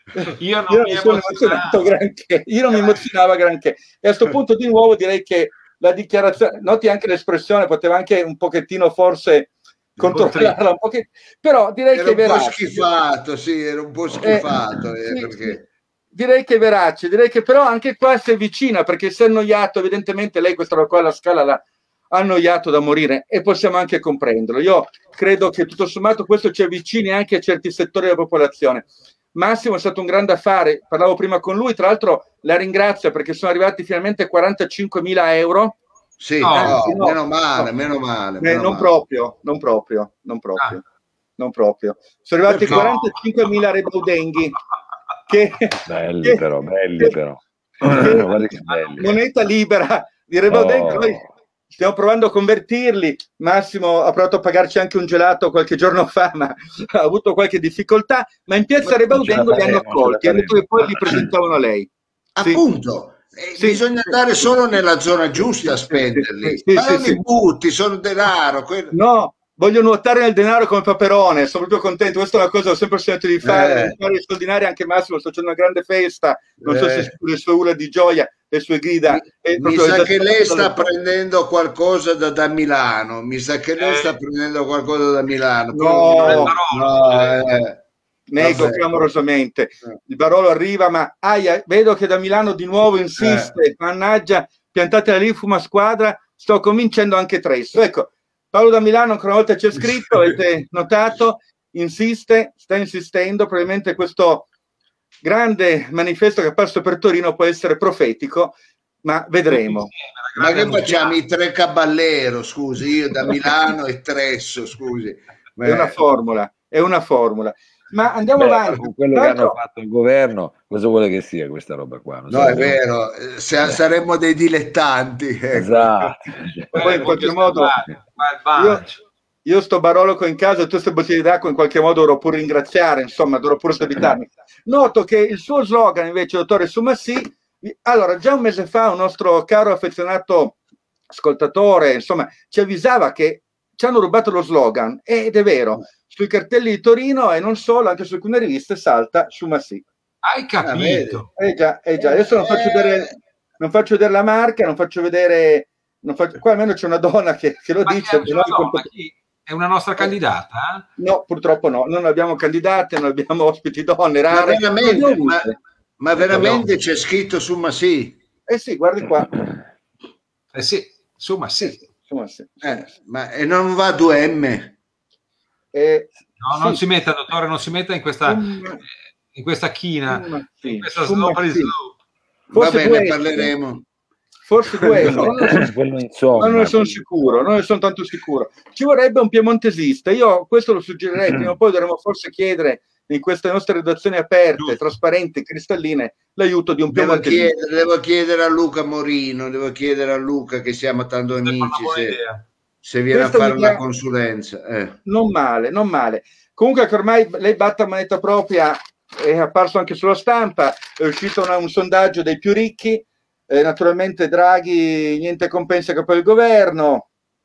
Io non, io non mi mi sono emozionato granché, io non mi emozionava granché, e a questo punto di nuovo direi che la dichiarazione, noti anche l'espressione, poteva anche un pochettino forse controllarla un pochettino, però direi era che un po' verace. schifato, sì, era un po' schifato, eh, eh, sì, perché... sì. Direi che è verace, direi che però anche qua si avvicina, perché si è annoiato, evidentemente lei questa roba qua alla Scala l'ha annoiato da morire, e possiamo anche comprenderlo. Io credo che tutto sommato questo ci avvicini anche a certi settori della popolazione. Massimo è stato un grande affare, parlavo prima con lui, tra l'altro la ringrazio perché sono arrivati finalmente quarantacinquemila euro. Sì, no, Anzi, no, meno male, no. meno male. Eh, meno non male. proprio, non proprio, non proprio, ah. non proprio. Sono arrivati no. quarantacinquemila rebaudenghi. Che, belli che, però, belli che, però. Che, che belli. Moneta libera di rebaudenghi. Oh. Noi stiamo provando a convertirli. Massimo ha provato a pagarci anche un gelato qualche giorno fa, ma ha avuto qualche difficoltà. Ma in piazza Rebaudengo li hanno accolti, hanno detto che poi li presentavano a lei. Appunto. Sì. Sì. Bisogna andare solo nella zona giusta a spenderli, sì, sì, ma non sì, li butti, sono denaro. Quello... No, voglio nuotare nel denaro come Paperone, sono proprio contento. Questa è una cosa che ho sempre sentito di fare, eh. fare i soldinari. Anche Massimo, sto facendo una grande festa, non eh. so se le sue urla di gioia, le sue grida. Mi, mi sa che lei sta prendendo qualcosa da, da Milano, mi sa che lei eh. sta prendendo qualcosa da Milano. No, no eh. nego clamorosamente. Il Barolo arriva, ma aia, vedo che da Milano di nuovo insiste, eh. mannaggia, piantatela lì, fuma squadra, sto convincendo anche Tresso. Ecco, Paolo da Milano ancora una volta c'è scritto, avete notato, insiste, sta insistendo, probabilmente questo grande manifesto che è apparso per Torino può essere profetico, ma vedremo. Ma che facciamo i tre caballero, scusi, io da Milano e Tresso, scusi. Beh. È una formula, è una formula. Ma andiamo Beh, avanti. Con quello Tanto... che hanno fatto il governo, cosa vuole che sia questa roba qua? Non no, so è vero, Se, saremmo dei dilettanti. Ecco. Esatto. Poi in qualche modo io, io sto Baroloco in casa, tutte queste bottiglie d'acqua in qualche modo dovrò pure ringraziare, insomma, dovrò pure salutarmi. Noto che il suo slogan invece, dottore Sumassi, allora già un mese fa un nostro caro affezionato ascoltatore, insomma, ci avvisava che ci hanno rubato lo slogan, ed è vero. Sui cartelli di Torino e non solo, anche su alcune riviste salta Sumassi. Hai capito? Eh già, eh già. Adesso non faccio vedere, non faccio vedere la marca, non faccio vedere, non faccio, qua almeno c'è una donna che, che lo ma dice. Che, no, no, ma chi, È una nostra candidata? Eh? No, purtroppo no, non abbiamo candidate, non abbiamo ospiti donne rare. Ma veramente, ma, ma veramente c'è scritto su ma sì? Eh sì, guardi qua. Eh sì, su ma sì. Eh, insomma, sì. Eh, ma e non va a due M? Eh, no, sì. non si metta, dottore, non si metta in questa, Summa, in questa china, summa, sì. in questa Summa, slippery sì. slope. Va Forse bene, due, parleremo. Forse due M, no, quello insomma, ma non ne sono sicuro, non ne sono tanto sicuro. Ci vorrebbe un piemontesista. Io questo lo suggerirei, prima o poi dovremmo forse chiedere in queste nostre redazioni aperte, Giusto. trasparenti, cristalline, l'aiuto di un Devo piemontesista. chiedere, devo chiedere a Luca Morino, devo chiedere a Luca, che siamo tanto Questa è una amici, buona se, idea. se viene Questo a fare mi una dà- consulenza. Eh. Non male, non male. Comunque che ormai lei batta a moneta propria, è apparso anche sulla stampa, è uscito una- un sondaggio dei più ricchi, eh, naturalmente Draghi niente compensa che poi il governo,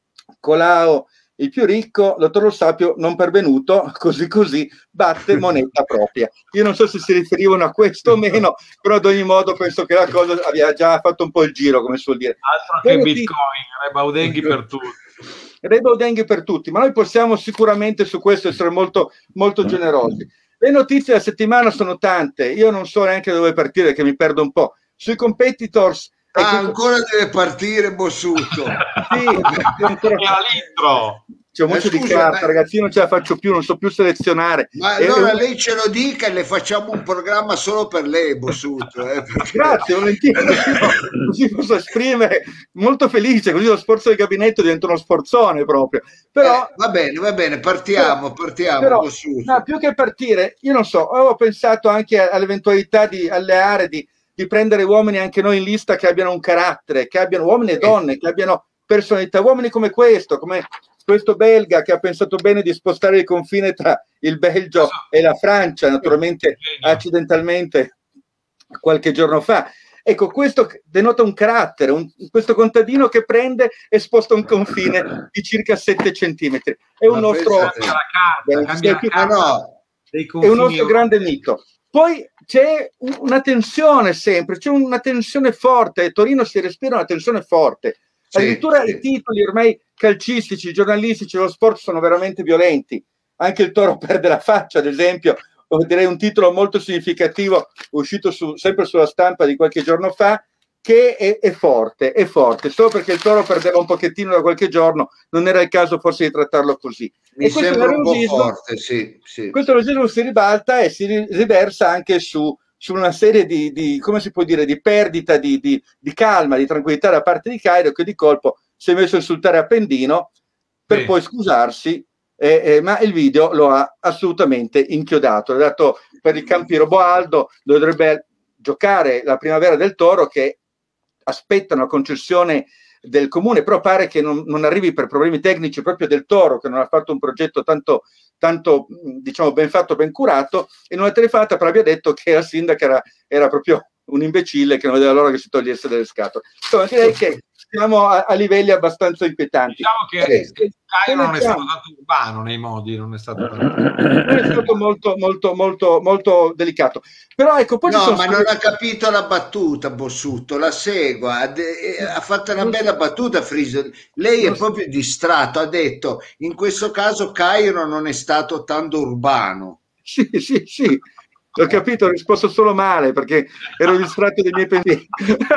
Colau il più ricco, dottor Lo Sapio non pervenuto, così così batte moneta propria. Io non so se si riferivano a questo o meno, però ad ogni modo penso che la cosa abbia già fatto un po' il giro, come si suol dire. Altro Però che sì. Bitcoin, Rebaudenghi per tutti. Rainbow Dengue per tutti, ma noi possiamo sicuramente su questo essere molto, molto generosi. Le notizie della settimana sono tante, io non so neanche da dove partire, che mi perdo un po'. Sui competitors... Ah, ecco, ancora deve partire Bossuto. sì, ancora... E all'intro. C'è un Eh, mucchio di scusa, carta, ma- ragazzi, io non ce la faccio più, non so più selezionare. Ma E- allora e- lei ce lo dica e le facciamo un programma solo per lei, Bossuto. Eh, perché- Grazie, volentieri, così posso esprimere molto felice, così lo sforzo del gabinetto diventa uno sforzone proprio. Però, Eh, va bene, va bene, partiamo, partiamo, però, Bossuto. no, più che partire, io non so, avevo pensato anche all'eventualità di alleare, di, di prendere uomini anche noi in lista che abbiano un carattere, che abbiano uomini e donne, che abbiano personalità, uomini come questo, come questo belga che ha pensato bene di spostare il confine tra il Belgio e la Francia, naturalmente accidentalmente qualche giorno fa. Ecco, questo denota un carattere, un, questo contadino che prende e sposta un confine di circa sette centimetri. È un Ma nostro, pensate- Cambia la carta, cambia la è Ah, carta no. dei un confini nostro europei. grande mito. Poi c'è un- una tensione sempre, c'è una tensione forte, a Torino si respira una tensione forte. Sì, Addirittura sì. i titoli ormai calcistici, giornalistici, dello sport sono veramente violenti. Anche il Toro perde la faccia, ad esempio, o direi un titolo molto significativo uscito su, sempre sulla stampa di qualche giorno fa, che è, è forte, è forte, solo perché il Toro perdeva un pochettino da qualche giorno, non era il caso forse di trattarlo così. Mi E questo sembra un po' nervosismo- forte, sì, sì. questo nervosismo si ribalta e si ri- riversa anche su, su una serie di, di, come si può dire, di perdita di, di, di calma, di tranquillità da parte di Cairo, che di colpo si è messo a insultare Appendino per Sì. poi scusarsi, eh, eh, ma il video lo ha assolutamente inchiodato. L'ha dato per il Campi Roboaldo, dove dovrebbe giocare la primavera del Toro, che aspetta una concessione del comune, però pare che non, non arrivi per problemi tecnici proprio del Toro, che non ha fatto un progetto tanto, tanto diciamo ben fatto, ben curato. In una telefonata però abbia detto che la sindaca era, era proprio un imbecille, che non vedeva l'ora che si togliesse dalle scatole. Insomma, direi che siamo a, a livelli abbastanza inquietanti. Diciamo che Eh, eh, Cairo non è siamo? stato tanto urbano nei modi, non è stato tanto... Non è stato molto, molto, molto, molto delicato. Però ecco, poi ci No, sono ma stati- non ha capito la battuta, Bossuto, la segua, ha, de- ha fatto una bella battuta, Friso. Lei è proprio distratto, ha detto, in questo caso Cairo non è stato tanto urbano. Sì, sì, sì, l'ho capito, ho risposto solo male perché ero distratto dai miei pensieri,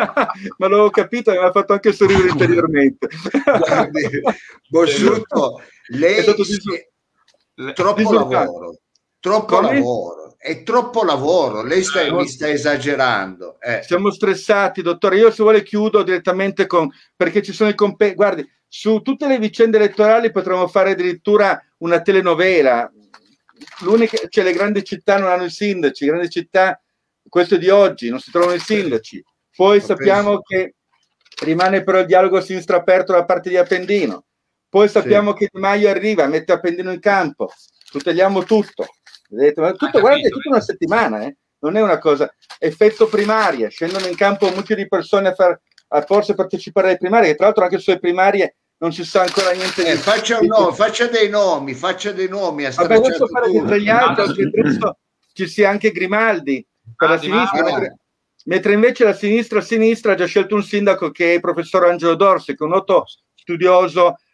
ma l'avevo capito e mi ha fatto anche sorridere interiormente. Guardi, Bossuto, lei È stato si- dis- troppo disurbato. lavoro, troppo Come? lavoro, è troppo lavoro, lei sta, No. mi sta esagerando. Eh. Siamo stressati, dottore. Io se vuole chiudo direttamente con, perché ci sono i compensi. Guardi, su tutte le vicende elettorali potremmo fare addirittura una telenovela. L'unica, cioè le grandi città non hanno i sindaci, le grandi città, questo è di oggi, non si trovano i sindaci. Poi Ma sappiamo penso- che rimane però il dialogo a sinistra aperto da parte di Appendino. Poi sappiamo che Di Maio arriva, mette Appendino in campo, tutelliamo tutto. Vedete? Ma tutto, capito, guardate, è tutta eh. una settimana, eh? Non è una cosa. Effetto primaria, scendono in campo un mucchio di persone a, far, a forse partecipare alle primarie, che tra l'altro anche sulle primarie non si sa ancora niente Eh, di... faccia, un nome, faccia dei nomi, faccia dei nomi, ha Vabbè, adesso stracciato pare che tra gli tutto. altri oggi adesso ci sia anche Grimaldi per Ah, la Di sinistra, Maio. mentre, mentre invece la sinistra a sinistra ha già scelto un sindaco che è il professor Angelo Dorsi, che è un noto studioso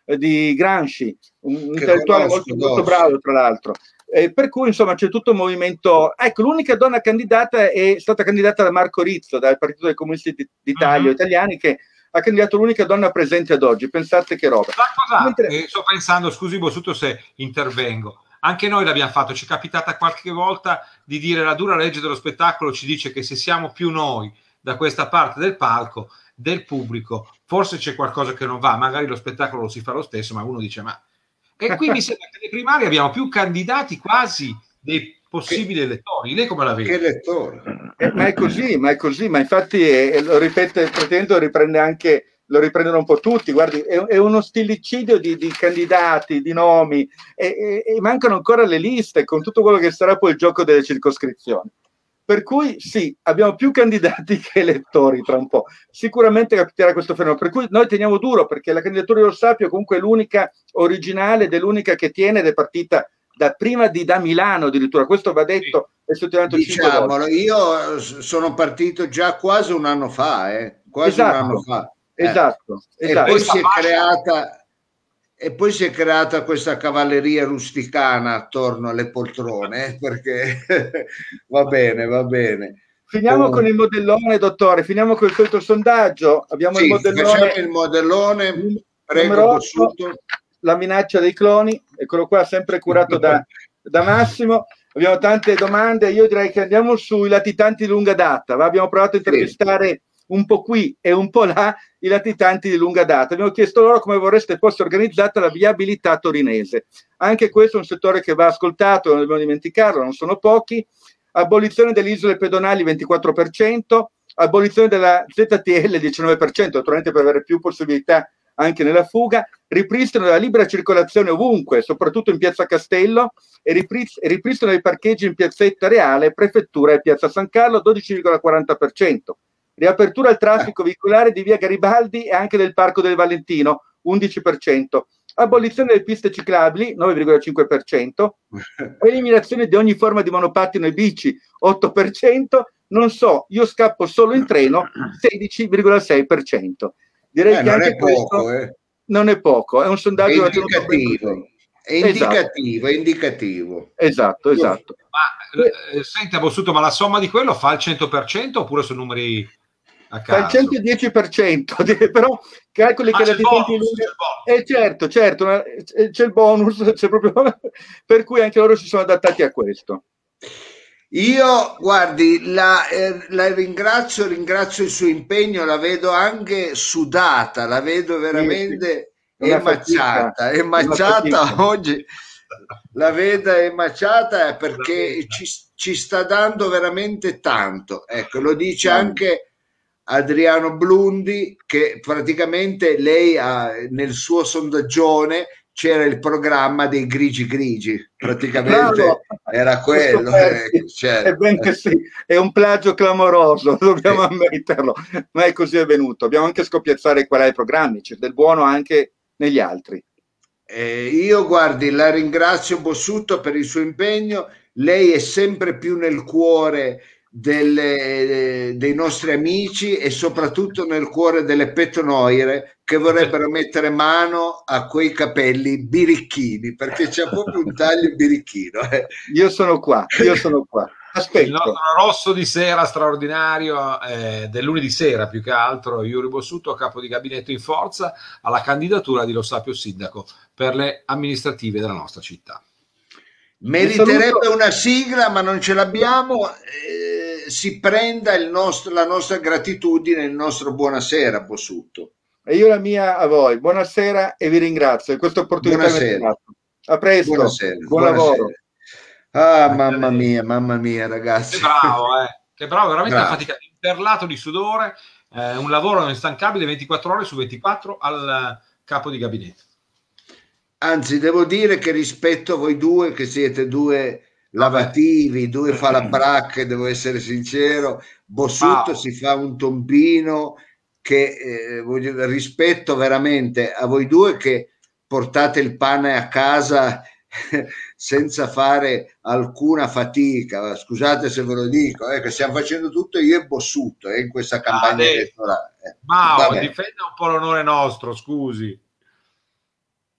eh, di Gramsci, un che intellettuale molto, molto bravo tra l'altro. Eh, per cui insomma c'è tutto un movimento. Ecco, l'unica donna candidata è stata candidata da Marco Rizzo, dal Partito dei Comunisti d'Italia, uh-huh. italiani, che ha candidato l'unica donna presente ad oggi. Pensate che roba. Cosa, Mentre... eh, sto pensando, scusi Bossuto se intervengo, anche noi l'abbiamo fatto, ci è capitata qualche volta di dire la dura legge dello spettacolo ci dice che se siamo più noi da questa parte del palco, del pubblico, forse c'è qualcosa che non va, magari lo spettacolo lo si fa lo stesso, ma uno dice ma... E qui mi sembra che nei primari abbiamo più candidati quasi dei possibili che, elettori. Lei come la vede? Che elettori? Eh, ma è così, ma è così, ma infatti eh, lo ripete, il Presidente lo riprende anche, lo riprendono un po' tutti, guardi, è, è uno stillicidio di, di candidati, di nomi, e, e, e mancano ancora le liste con tutto quello che sarà poi il gioco delle circoscrizioni. Per cui sì, abbiamo più candidati che elettori tra un po'. Sicuramente capiterà questo fenomeno. Per cui noi teniamo duro, perché la candidatura di Lo Sapio comunque è l'unica originale ed è l'unica che tiene ed è partita da prima di da Milano addirittura. Questo va detto e sottolineato. Diciamolo, io sono partito già quasi un anno fa, eh. quasi esatto, un anno fa. Esatto, eh. esatto. E poi si è creata... E poi si è creata questa cavalleria rusticana attorno alle poltrone, eh, perché va bene, va bene. Finiamo oh. con il modellone, dottore, finiamo con il solito sondaggio. Abbiamo sì, il modellone. Facciamo il modellone, prego, Bossuto. La minaccia dei cloni, eccolo qua, sempre curato da, da Massimo. Abbiamo tante domande, io direi che andiamo sui latitanti di lunga data. Va? Abbiamo provato a intervistare... Sì. un po' qui e un po' là i latitanti di lunga data. Abbiamo chiesto loro come vorreste fosse organizzata la viabilità torinese. Anche questo è un settore che va ascoltato, non dobbiamo dimenticarlo, non sono pochi. Abolizione delle isole pedonali ventiquattro per cento, abolizione della Z T L diciannove per cento, naturalmente per avere più possibilità anche nella fuga, ripristino della libera circolazione ovunque, soprattutto in Piazza Castello, e ripristino dei parcheggi in Piazzetta Reale, Prefettura e Piazza San Carlo dodici virgola quaranta per cento. Riapertura al traffico veicolare di via Garibaldi e anche del Parco del Valentino, undici per cento. Abolizione delle piste ciclabili, nove virgola cinque per cento. Eliminazione di ogni forma di monopattino e bici, otto per cento. Non so, io scappo solo in treno, sedici virgola sei per cento. Direi eh, che anche è poco, questo eh. non è poco, è un sondaggio è indicativo. È indicativo, esatto. è indicativo. Esatto, esatto. Ma eh, senta Bossuto, ma la somma di quello fa il cento per cento oppure sono numeri a caso? Fa il centodieci per cento, però calcoli ah, che la bonus, eh certo, certo, c'è il bonus, c'è proprio per cui anche loro si sono adattati a questo. Io, guardi, la, eh, la ringrazio, ringrazio il suo impegno, la vedo anche sudata, la vedo veramente sì, sì. emaciata, emaciata oggi, la vedo emaciata perché ci, ci sta dando veramente tanto. Ecco, lo dice anche Adriano Blundi, che praticamente lei ha, nel suo sondaggione c'era il programma dei grigi grigi, praticamente Bravo. Era quello. Eh, certo. Ebbene sì, è un plagio clamoroso, dobbiamo eh. ammetterlo, ma è così è venuto. Dobbiamo anche scoppiazzare qual è il programma, c'è del buono anche negli altri. Eh, io guardi, la ringrazio Bossuto per il suo impegno, lei è sempre più nel cuore delle, dei nostri amici e soprattutto nel cuore delle petonoire che vorrebbero mettere mano a quei capelli birichini, perché c'è proprio un taglio birichino. Eh. Io sono qua, io sono qua. Aspetta. Il nostro rosso di sera straordinario eh, del lunedì sera, più che altro, Yuri Bossuto, capo di gabinetto in forza alla candidatura di Lo Sapio sindaco per le amministrative della nostra città. Meriterebbe una sigla, ma non ce l'abbiamo. Eh, si prenda il nostro, la nostra gratitudine, il nostro buonasera, Bossuto. E io la mia a voi. Buonasera e vi ringrazio di questa opportunità. Buonasera. A presto. Buonasera. Buon buonasera. lavoro. Ah, mamma mia, mamma mia, ragazzi. Che bravo, eh. Che bravo, veramente bravo. Fatica, interlato di sudore, eh, un lavoro instancabile ventiquattro ore su ventiquattro al capo di gabinetto. Anzi, devo dire che rispetto a voi due, che siete due lavativi, due falabracche, devo essere sincero, Bossuto wow. si fa un tombino che eh, voglio, rispetto veramente a voi due che portate il pane a casa senza fare alcuna fatica. Scusate se ve lo dico, eh, che stiamo facendo tutto io e Bossuto eh, in questa campagna ah, elettorale. Eh. Ma difenda un po' l'onore nostro, scusi.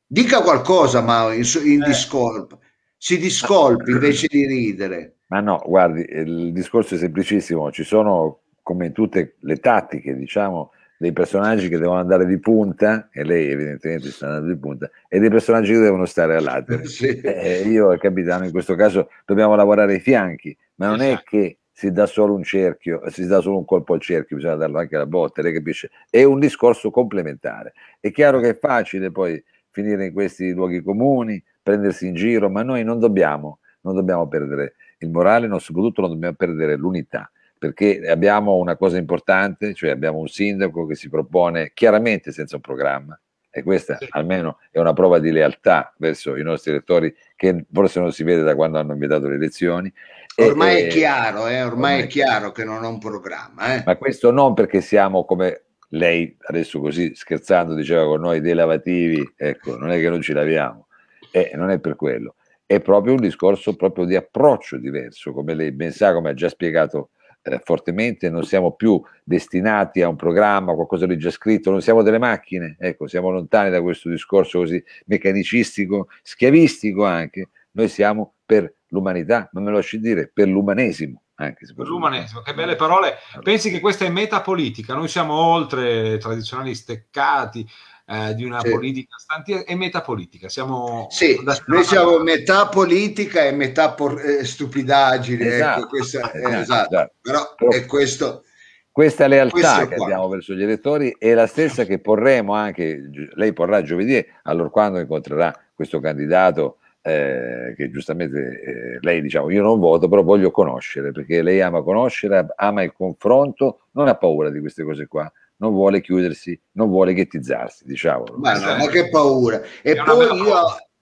Dica qualcosa, ma in, in Eh. discolpa. Si discolpi invece di ridere. Ma no, guardi, il discorso è semplicissimo. Ci sono, come in tutte le tattiche, diciamo, dei personaggi che devono andare di punta, e lei evidentemente sta andando di punta, e dei personaggi che devono stare a latere. Sì. Eh, io e il capitano in questo caso dobbiamo lavorare ai fianchi, ma non è che si dà solo un cerchio, si dà solo un colpo al cerchio, bisogna darlo anche alla botta, lei capisce? È un discorso complementare. È chiaro che è facile poi finire in questi luoghi comuni, prendersi in giro, ma noi non dobbiamo, non dobbiamo perdere il morale, ma soprattutto non dobbiamo perdere l'unità, perché abbiamo una cosa importante, cioè abbiamo un sindaco che si propone chiaramente senza un programma, e questa sì. almeno è una prova di lealtà verso i nostri elettori, che forse non si vede da quando hanno inventato le elezioni. Ormai e, è chiaro, eh, ormai, ormai è chiaro è... che non ho un programma. Eh. Ma questo non perché siamo, come lei adesso così scherzando diceva con noi, dei lavativi, ecco, non è che non ci laviamo, eh, non è per quello. È proprio un discorso proprio di approccio diverso, come lei ben sa, come ha già spiegato eh, fortemente, non siamo più destinati a un programma, qualcosa di già scritto, non siamo delle macchine, ecco, siamo lontani da questo discorso così meccanicistico, schiavistico anche, noi siamo per l'umanità, ma me lo lasci dire, per l'umanesimo. Anche se l'umanesimo, che belle parole. Pensi che questa è metapolitica, noi siamo oltre i tradizionali steccati eh, di una sì. politica stantia, è metapolitica, siamo sì, noi siamo metà politica e metà por- eh, stupidaggine, esatto, ecco, questa, esatto, eh, esatto. esatto. Però, Però è questo, questa lealtà che abbiamo verso gli elettori è la stessa che porremo anche, lei porrà giovedì, allora quando incontrerà questo candidato Eh, che giustamente eh, lei diciamo io non voto, però voglio conoscere, perché lei ama conoscere, ama il confronto, non ha paura di queste cose qua, non vuole chiudersi, non vuole ghettizzarsi, diciamo. Ma, no, ma che paura. E è poi io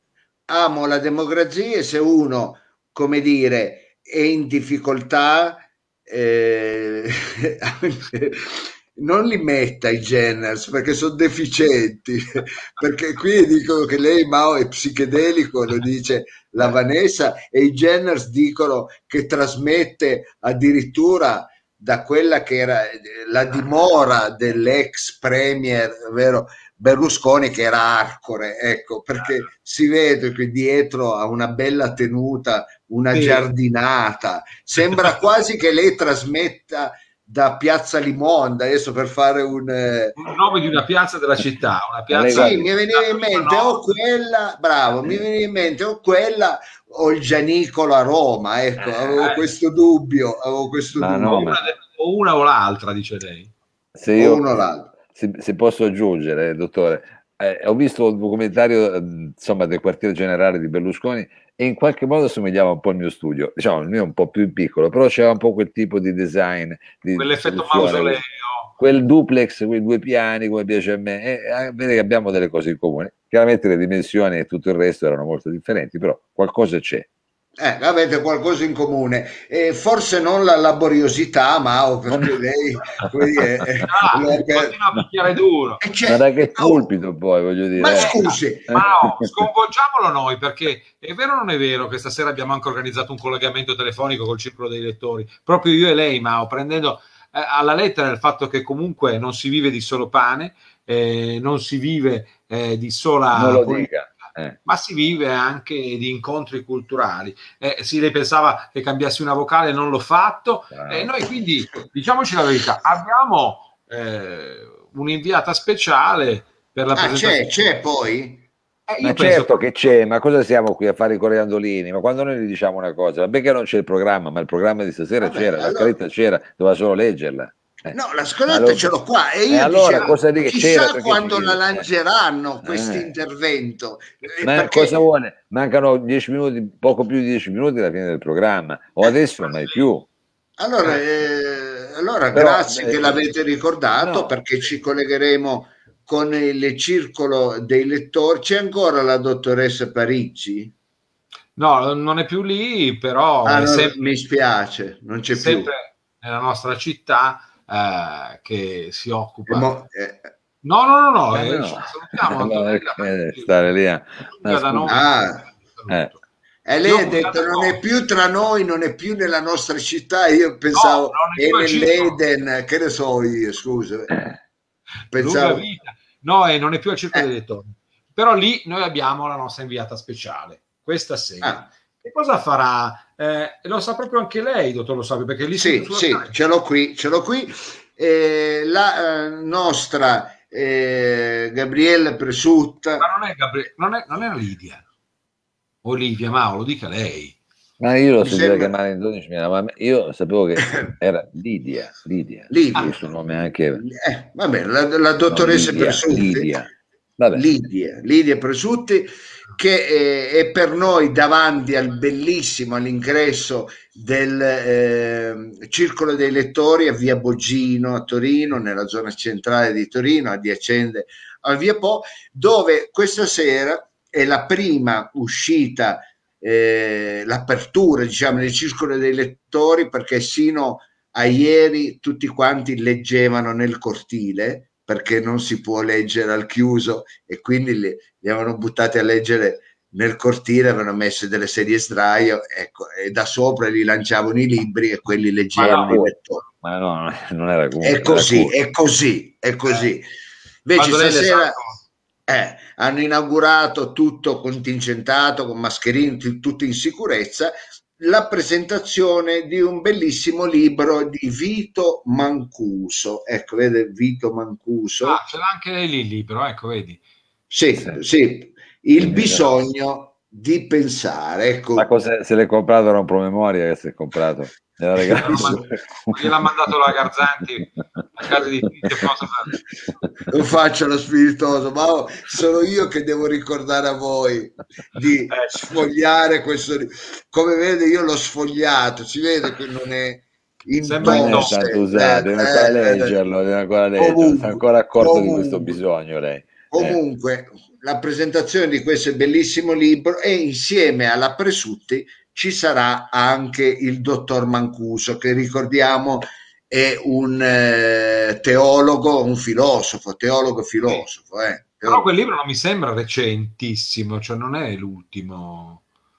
amo la democrazia, e se uno, come dire, è in difficoltà eh, non li metta i Jenners, perché sono deficienti, perché qui dicono che lei Mao è psichedelico, lo dice la Vanessa, e i Jenners dicono che trasmette addirittura da quella che era la dimora dell'ex premier, vero, Berlusconi, che era Arcore, ecco, perché si vede che dietro ha una bella tenuta, una sì. giardinata, sembra quasi che lei trasmetta da Piazza Limonda, adesso per fare un, eh... un nome di una piazza della città, una piazza. Sì, mi veniva in mente o quella, bravo, mi veniva in mente o quella o il Gianicolo a Roma, ecco, eh, avevo eh. questo dubbio, avevo questo ma dubbio. No, o, una, o una o l'altra, dice lei. Se io, o uno o l'altro. Se, se posso aggiungere, eh, dottore, eh, ho visto un documentario, eh, insomma, del quartier generale di Berlusconi, e in qualche modo somigliava un po' al mio studio, diciamo il mio è un po' più piccolo, però c'era un po' quel tipo di design, di quell'effetto mausoleo, quel duplex, quei due piani, come piace a me, e eh, vede che abbiamo delle cose in comune. Chiaramente le dimensioni e tutto il resto erano molto differenti, però qualcosa c'è. Eh, avete qualcosa in comune, eh, forse non la laboriosità, ma oh, perché lei dire, eh, ah, lo, continua a picchiare duro. Ma da che pulpito oh, poi voglio dire. Ma eh, scusi, ma no, sconvolgiamolo noi, perché è vero o non è vero che stasera abbiamo anche organizzato un collegamento telefonico col circolo dei lettori, proprio io e lei, Mao, prendendo eh, alla lettera il fatto che comunque non si vive di solo pane, eh, non si vive eh, di sola non lo dica. Eh. ma si vive anche di incontri culturali. Eh, sì, lei pensava che cambiassi una vocale, non l'ho fatto. Ah. E noi quindi, diciamoci la verità, abbiamo eh, un'inviata speciale per la ah, presentazione. C'è, c'è poi? Eh, ma certo che c'è, ma cosa siamo qui a fare i coriandolini? Ma quando noi gli diciamo una cosa, vabbè che non c'è il programma, ma il programma di stasera vabbè, c'era, allora... la scaletta c'era, doveva solo leggerla. Eh. No, la scaletta allora, ce l'ho qua e io eh, allora, dicevo, cosa dica, chissà quando la lanceranno eh. questo intervento. Ma perché... cosa vuole? Mancano dieci minuti, poco più di dieci minuti alla fine del programma, o adesso eh, mai più. Allora, eh, allora Però, grazie eh, che l'avete ricordato, no, perché ci collegheremo con il circolo dei lettori. C'è ancora la dottoressa Parigi? No, non è più lì, però ah, è no, sempre, mi spiace, non c'è sempre più nella nostra città. Eh, che si occupa mo, eh, no no no no, eh, no. salutiamo Antonella, eh, stare lì a... da noi. Ah, eh. E lei ha detto non è più tra noi, non è più nella nostra città, io pensavo no, è nell'Eden, che ne so io, scusa pensavo... no, e non è più al circo eh. dei lettori, Però lì noi abbiamo la nostra inviata speciale questa sera. Ah. Che cosa farà? Eh, lo sa proprio anche lei, dottor Lo Sapio, perché lì sì, sì, ce l'ho qui, ce l'ho qui. Eh, la eh, nostra eh, Gabriella Presutta. Ma non è, Gabri- non è, non è Lidia. Olivia, ma lo dica lei. Ma io lo so sembra... chiamare in dodici, ma io sapevo che era Lidia, Lidia. Lidia. Il suo nome anche... Eh, vabbè, la, la dottoressa no, Lidia, Presutti. Lidia. Vabbè. Lidia, Lidia Presutti, che è, è per noi davanti al bellissimo, all'ingresso del eh, Circolo dei Lettori a Via Boggino a Torino, nella zona centrale di Torino, adiacente a Via Po, dove questa sera è la prima uscita, eh, l'apertura, diciamo, del Circolo dei Lettori, perché sino a ieri tutti quanti leggevano nel cortile, perché non si può leggere al chiuso, e quindi li, li avevano buttati a leggere nel cortile, avevano messo delle sedie sdraio, ecco, e da sopra li lanciavano i libri e quelli leggevano ma no, i lettori. Ma no, non era comunque. È così, è così, è così. Eh. Invece stasera eh, hanno inaugurato tutto contingentato, con mascherini, tutto in sicurezza, la presentazione di un bellissimo libro di Vito Mancuso. Ecco, vede Vito Mancuso. Ah, ce l'ha anche lei lì il libro, ecco, vedi. Sì, sì, sì. Il bisogno di pensare. Ecco. Ma cosa, se l'è comprato era un promemoria che si è comprato? Gliel'ha mandato la Garzanti a casa di lo faccio lo spiritoso, ma sono io che devo ricordare a voi di sfogliare questo, come vede io l'ho sfogliato, si vede che non è in non è tanto usato, deve ancora leggerlo, deve ancora leggerlo, si è ancora accorto comunque, di questo bisogno lei. Comunque eh. la presentazione di questo bellissimo libro, e insieme alla Presutti ci sarà anche il dottor Mancuso, che ricordiamo è un eh, teologo, un filosofo, teologo filosofo. Eh. Però quel libro non mi sembra recentissimo, cioè non è l'ultimo.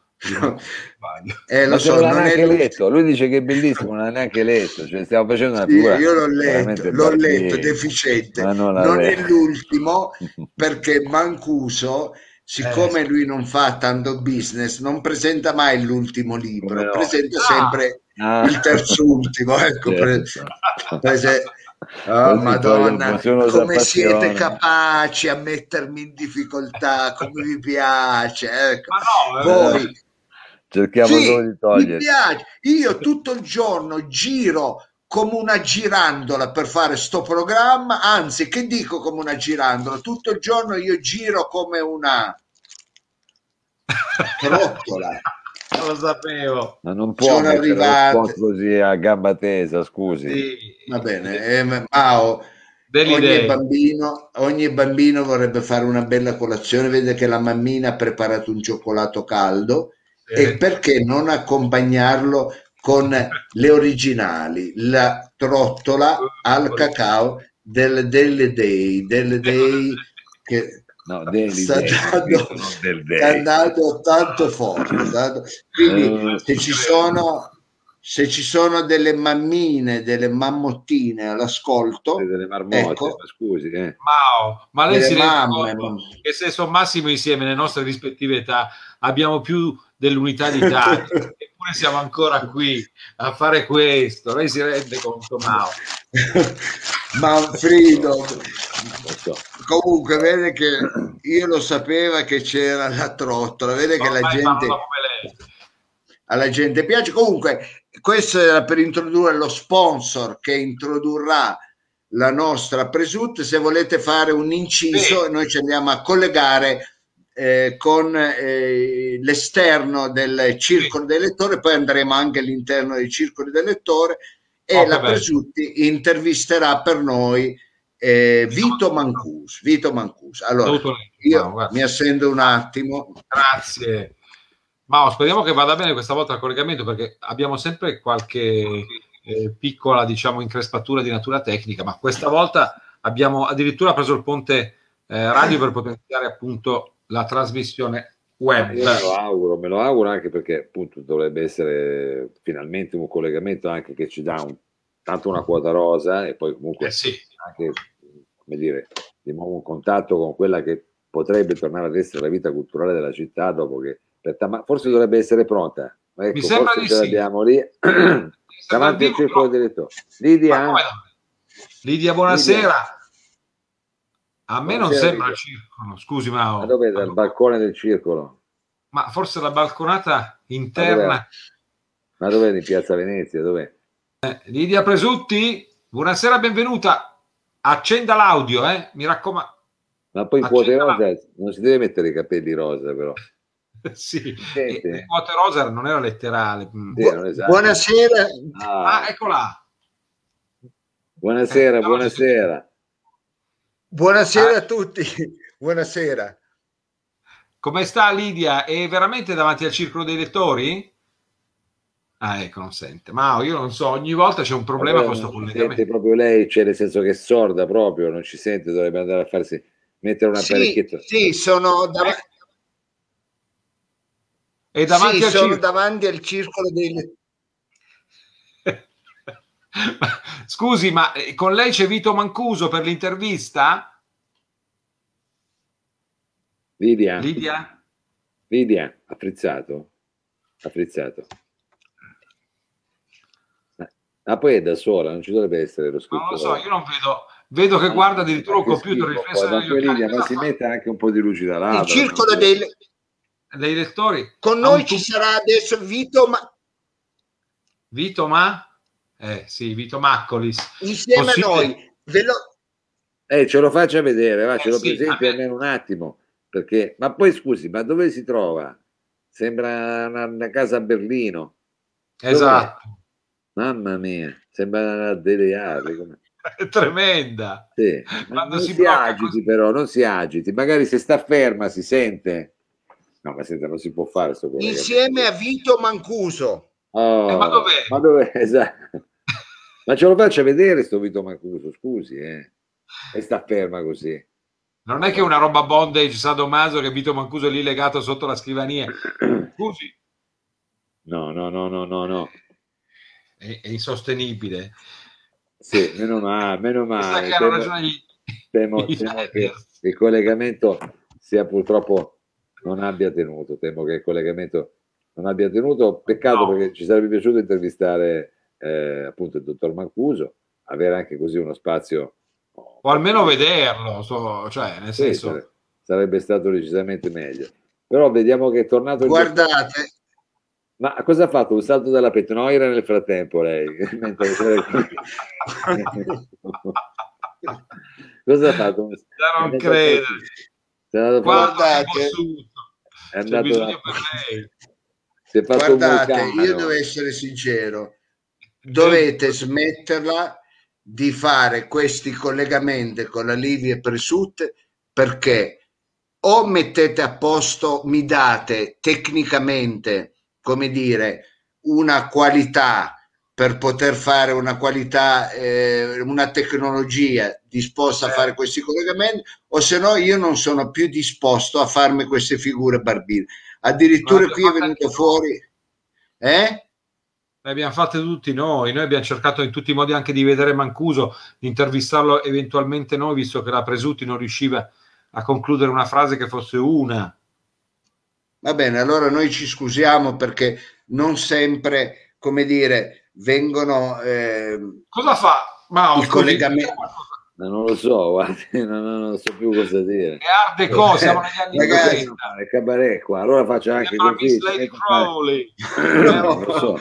eh, lo Ma so, non l'ha non neanche è letto, lui dice che è bellissimo, non l'ha neanche letto, cioè stiamo facendo una sì, figura. Io l'ho letto, l'ho letto, deficiente. non, non è l'ultimo, perché Mancuso, siccome eh. lui non fa tanto business, non presenta mai l'ultimo libro, no. presenta ah. sempre ah. il terzultimo. Ecco, pre- prese- oh, Madonna, come siete capaci a mettermi in difficoltà, come vi piace. Ecco. Ma no, Voi cerchiamo sì, solo di togliere. Mi piace. Io tutto il giorno giro come una girandola per fare sto programma, anzi, che dico come una girandola? Tutto il giorno io giro come una trottola. Non lo sapevo. Ma non può Sono arrivato così a gamba tesa, scusi. Sì, va bene, eh, Mao, ogni bambino, ogni bambino vorrebbe fare una bella colazione, vede che la mammina ha preparato un cioccolato caldo. Eh. E perché non accompagnarlo con le originali, la trottola al cacao del Daily Day, del Day che no, Daily sta, Day, dando, del day. sta andando tanto forte. Tanto. Quindi uh, se ci sono se ci sono delle mammine, delle mammottine all'ascolto, delle marmotte, ecco, ma scusi, eh. Mao, ma lei si mamme, rende conto che se sommassimo insieme le nostre rispettive età abbiamo più dell'unità d'Italia, eppure siamo ancora qui a fare questo. Lei si rende conto, Mao? Manfredo, so. Comunque vede che io lo sapeva che c'era la trottola, vede che la gente alla gente piace. Comunque questo era per introdurre lo sponsor che introdurrà la nostra Presut. Se volete fare un inciso, sì. Noi ci andiamo a collegare eh, con eh, l'esterno del circolo del lettore, poi andremo anche all'interno dei circoli del lettore, e oh, la Presutti intervisterà per noi eh, Vito Mancuso. Vito Mancuso. Allora, io wow, mi assendo un attimo. Grazie. Ma speriamo che vada bene questa volta il collegamento, perché abbiamo sempre qualche eh, piccola, diciamo, increspatura di natura tecnica, ma questa volta abbiamo addirittura preso il ponte eh, radio per potenziare appunto la trasmissione web. Io me lo auguro, me lo auguro anche perché appunto dovrebbe essere finalmente un collegamento anche che ci dà un, tanto una quota rosa, e poi comunque eh sì. anche, come dire, di nuovo un contatto con quella che potrebbe tornare ad essere la vita culturale della città dopo che per ma forse dovrebbe essere pronta. Ecco, mi sembra forse di ce sì. l'abbiamo lì davanti al circolo direttore. Lidia, Lidia, buonasera. Lidia. A me buonasera, non sembra Lidia. il circolo, scusi Mao. Ma dove? Dal balcone del circolo? Ma forse la balconata interna. Ma dov'è? In Piazza Venezia? Dov'è? Eh, Lidia Presutti, buonasera, benvenuta. Accenda l'audio, eh, mi raccomando. Ma poi in quote rosa non si deve mettere i capelli rosa, però. Sì, e, e quote rosa non era letterale. Bu- esatto. Buonasera. Ah, ah, eccola. Buonasera, eh, buonasera. Buonasera ah. a tutti. Buonasera. Come sta Lidia? È veramente davanti al circolo dei lettori? Ah, ecco, non sente. Ma io non so, ogni volta c'è un problema con questo collegamento. Sente proprio lei, cioè nel senso che è sorda proprio, non ci sente, dovrebbe andare a farsi mettere un apparecchietto. Sì, sì, sono davanti. E davanti sì, al sono circolo. davanti al circolo dei lettori. Scusi, ma con lei c'è Vito Mancuso per l'intervista? Lidia? Lidia? Lidia, ha frizzato? Ha frizzato. Ah, poi è da sola, non ci dovrebbe essere lo scritto. Non lo so, io non vedo, vedo che guarda addirittura un computer riflesso negli occhi. Lidia, ma si mette anche un po' di luci da là. Il circolo dei, dei lettori. Con noi ci sarà adesso Vito Ma... Vito Ma? Eh sì, Vito Maccolis. Insieme Possibile... a noi. Ve lo... Eh, ce lo faccia vedere, va, eh, ce lo sì, presenti almeno un attimo. Perché... Ma poi scusi, ma dove si trova? Sembra una, una casa a Berlino. Esatto. Dov'è? Mamma mia, sembra delle aree. Come... È tremenda. Sì. Non si, si agiti così... però, non si agiti. Magari se sta ferma si sente. No, ma senta, non si può fare sto insieme a Vito Mancuso. Oh, eh, ma dov'è? Ma dov'è? Esatto. Ma ce lo faccia vedere sto Vito Mancuso, scusi, eh. E sta ferma così. Non è che una roba bondage sadomaso che Vito Mancuso è lì legato sotto la scrivania. Scusi. No, no, no, no, no, no. È, è insostenibile. Sì, meno male, meno male. Che hanno ragione gli... temo, temo che il collegamento sia purtroppo non abbia tenuto, temo che il collegamento non abbia tenuto, peccato, no. Perché ci sarebbe piaciuto intervistare eh, appunto il dottor Mancuso, avere anche così uno spazio o almeno vederlo, so, cioè nel sì, senso sarebbe, sarebbe stato decisamente meglio, però vediamo che è tornato. Guardate il... Ma cosa ha fatto? Un salto dalla petnoira nel frattempo lei? Cosa ha fatto? Ya non credo. Guardate, è andato c'è da... per lei. Si è fatto Guardate, un io devo essere sincero, dovete smetterla di fare questi collegamenti con la Livia Presutte, perché o mettete a posto, mi date tecnicamente, come dire, una qualità per poter fare una qualità, eh, una tecnologia disposta a fare questi collegamenti, o se no io non sono più disposto a farmi queste figure barbine. Addirittura qui è venuto fuori, eh? Le abbiamo fatte tutti noi, noi abbiamo cercato in tutti i modi anche di vedere Mancuso, di intervistarlo eventualmente noi, visto che la Presutti non riusciva a concludere una frase che fosse una. Va bene, allora noi ci scusiamo perché non sempre, come dire, vengono... Eh, Cosa fa? Ma i collegamenti... Ma non lo so, guardi, non, non so più cosa dire. Che arde cose, siamo negli anni ragazzi, il cabaret qua, allora faccio anche così. Lady Crowley. No, non so.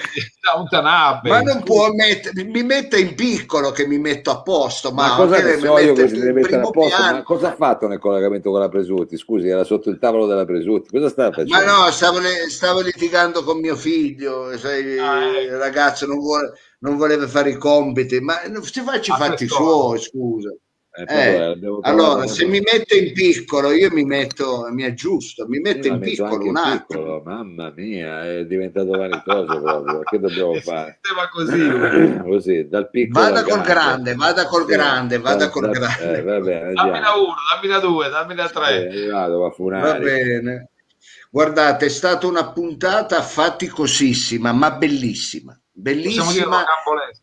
Ma non può mettere, mi mette in piccolo che mi metto a posto, ma, ma cosa ne so io che si deve mettere a posto? Piano. Ma cosa ha fatto nel collegamento con la Presutti? Scusi, era sotto il tavolo della Presutti, cosa stava facendo? Ma no, stavo, stavo litigando con mio figlio, sai, ah, eh. il ragazzo non vuole... non voleva fare i compiti, ma si faccia i fatti suoi, scusa. Eh, eh, allora, se mi mette in piccolo, io mi metto, mi aggiusto, mi metto in piccolo un attimo. Mamma mia, è diventato vanitoso proprio. Che dobbiamo fare? Così, così, dal piccolo. Vada col grande, vada col grande, vada col grande. Eh, va bene, dammi la uno, dammi la due, dammi la tre. Eh, vado, va, va bene. Guardate, è stata una puntata faticosissima, ma bellissima. Bellissima, rocambolesca.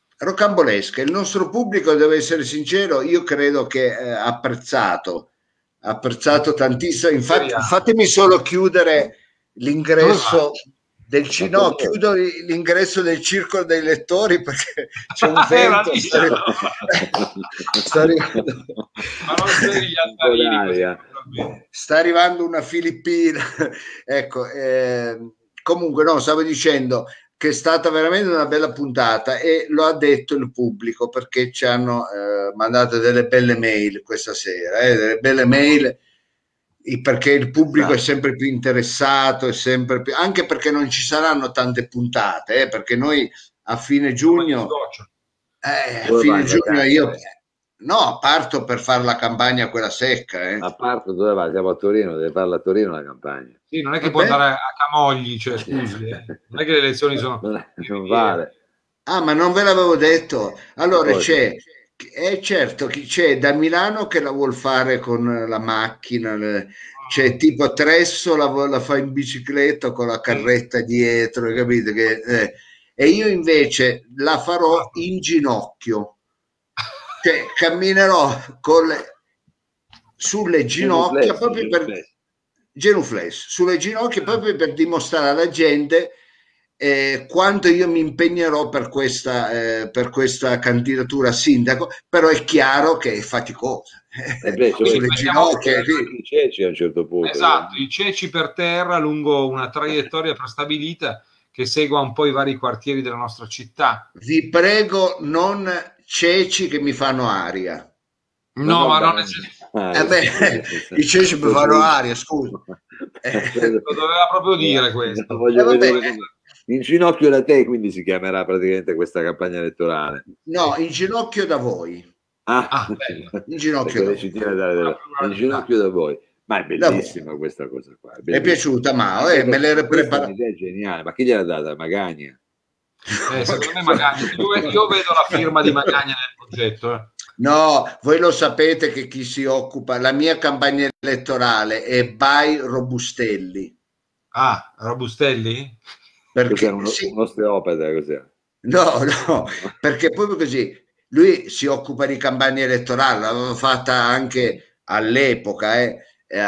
rocambolesca. Il nostro pubblico, devo essere sincero, io credo che ha eh, apprezzato apprezzato tantissimo. Infatti, fatemi solo chiudere l'ingresso del C- no, chiudo l'ingresso del circolo dei lettori perché c'è un vento. sta arri- sta arrivando, Ma non sei gli altarini, sta arrivando una filippina. Ecco, eh, comunque no, stavo dicendo che è stata veramente una bella puntata e lo ha detto il pubblico perché ci hanno eh, mandato delle belle mail questa sera, eh, delle belle mail perché il pubblico è sempre più interessato, è sempre più, anche perché non ci saranno tante puntate, eh, perché noi a fine giugno, eh, a fine giugno io no, parto per fare la campagna quella secca. Eh. A parto dove vai? Siamo a Torino, deve farla a Torino la campagna. Sì, non è che può andare a Camogli, cioè scusi, eh. non è che le elezioni sono... Non, è, non vale. Ah, ma non ve l'avevo detto. Allora c'è, è certo, c'è da Milano che la vuol fare con la macchina, c'è tipo Tresso la, la fa in bicicletta con la carretta dietro, capite? Che, eh. E io invece la farò in ginocchio. Cioè, camminerò con le, sulle ginocchia genuflesso, proprio per genuflesso, sulle ginocchia proprio per dimostrare alla gente eh, quanto io mi impegnerò per questa, eh, per questa candidatura a sindaco, però è chiaro che è faticosa. Eh beh, sulle ginocchia i ceci a un certo punto. Esatto, i ceci per terra lungo una traiettoria prestabilita che segua un po' i vari quartieri della nostra città. Vi prego, non ceci che mi fanno aria. No, no ma non è ah, eh beh, i ceci mi fanno aria, scusa. Eh. Lo doveva proprio dire questo. Voglio eh, vedere come... In ginocchio da te, quindi si chiamerà praticamente questa campagna elettorale. No, in ginocchio da voi. Ah, ah in ginocchio da ci tiene da delle... in ginocchio da voi. Ma è bellissima questa cosa qua. È, è piaciuta, ma eh, me l'era preparata. È geniale, ma chi gliel'ha data? Magagna. Eh, secondo me Magagna. Io, io vedo la firma di Magagna nel progetto. Eh. No, voi lo sapete che chi si occupa, la mia campagna elettorale è by Robustelli. Ah, Robustelli? Perché uno, sì. un osteopata, cos'è? No, no, perché proprio così, lui si occupa di campagna elettorale, l'aveva fatta anche all'epoca, eh,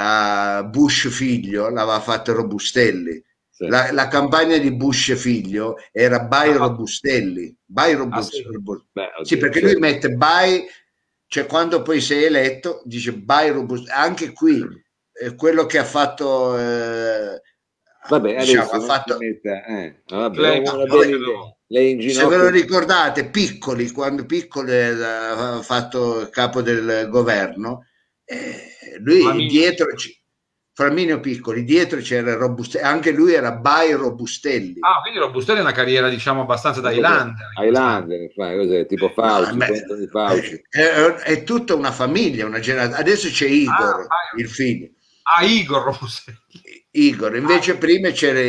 a Bush figlio, l'aveva fatta Robustelli. Sì. La, la campagna di Bush figlio era by ah, Robustelli, by Robustelli. Ah, sì. Beh, sì, perché certo. Lui mette by, cioè quando poi sei eletto dice by Robustelli. Anche qui eh, quello che ha fatto eh, vabbè, diciamo, ha fatto metta, eh. vabbè, lei, no, vabbè, lei in se ve lo ricordate, Piccoli, quando Piccoli ha fatto il capo del governo, eh, lui Flaminio. dietro Flaminio Piccoli, dietro c'era Robustelli, anche lui era by Robustelli. Ah, quindi Robustelli è una carriera, diciamo, abbastanza da Highlander. Highlander, cos'è? Tipo Fauci, no, di Fauci. È, è, è tutta una famiglia, una generazione. Adesso c'è Igor, ah, il figlio. Ah, Igor Robustelli. Igor, invece ah. prima c'era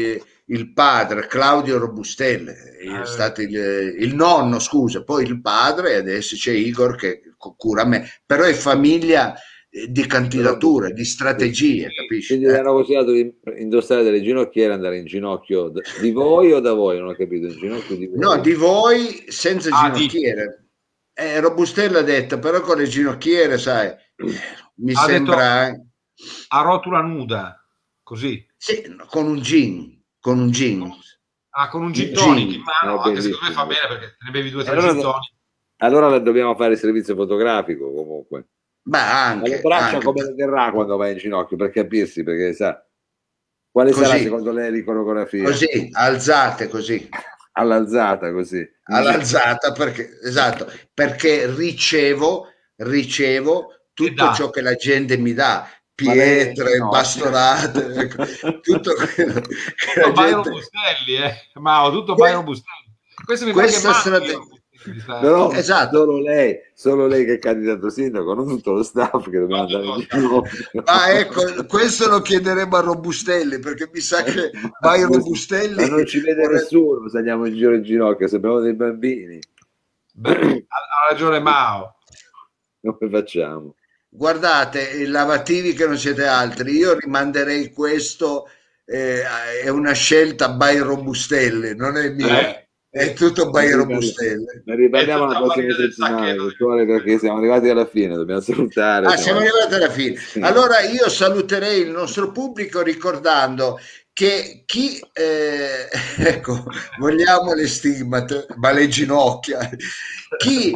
il padre, Claudio Robustelli, è stato il, il nonno, scusa, poi il padre e adesso c'è Igor che cura me, però è famiglia di candidature, di strategie, sì, capisci? Quindi eh. hanno consigliato di indossare delle ginocchiere, andare in ginocchio di voi o da voi? Non ho capito, in ginocchio di voi? No, di voi senza ah, ginocchiere. Di... Eh, Robustelli ha detto, però con le ginocchiere, sai, mi ha sembra... Detto, a rotula nuda, così? Sì, con un gin, con un gin. Ah, con un gin tonic in mano, anche secondo me fa bene perché te ne bevi due o tre allora, gin tonic. Allora dobbiamo fare il servizio fotografico comunque. Beh, anche, le braccia anche. come le terrà quando vai in ginocchio per capirsi, perché sa quale così. Sarà secondo lei l'iconografia? Così, alzate così. All'alzata così. All'alzata perché esatto, perché ricevo ricevo tutto ciò che la gente mi dà, pietre, no. bastonate, tutto quello che la tutto gente... Robustelli, eh. Ma tutto que... Robustelli. Questo mi Questa strategia no, esatto. Solo lei, solo lei che è candidato sindaco, non tutto lo staff che dobbiamo andare in giro. Ma ecco, questo lo chiederemo a Robustelli perché mi sa che vai Robustelli. Ma non ci vede vorrei... nessuno se andiamo in giro in ginocchio, sembriamo dei bambini. Beh, ha ragione Mao. Come facciamo? Guardate, lavativi che non siete altri, io rimanderei questo, eh, è una scelta by Robustelli, non è mia. Eh. è tutto by Robustelli. Ne riparliamo la prossima settimana, perché siamo arrivati alla fine, dobbiamo salutare. Ah, siamo arrivati alla fine. Sì. Allora io saluterei il nostro pubblico ricordando che chi, eh, ecco, vogliamo le stigmate, ma le ginocchia, chi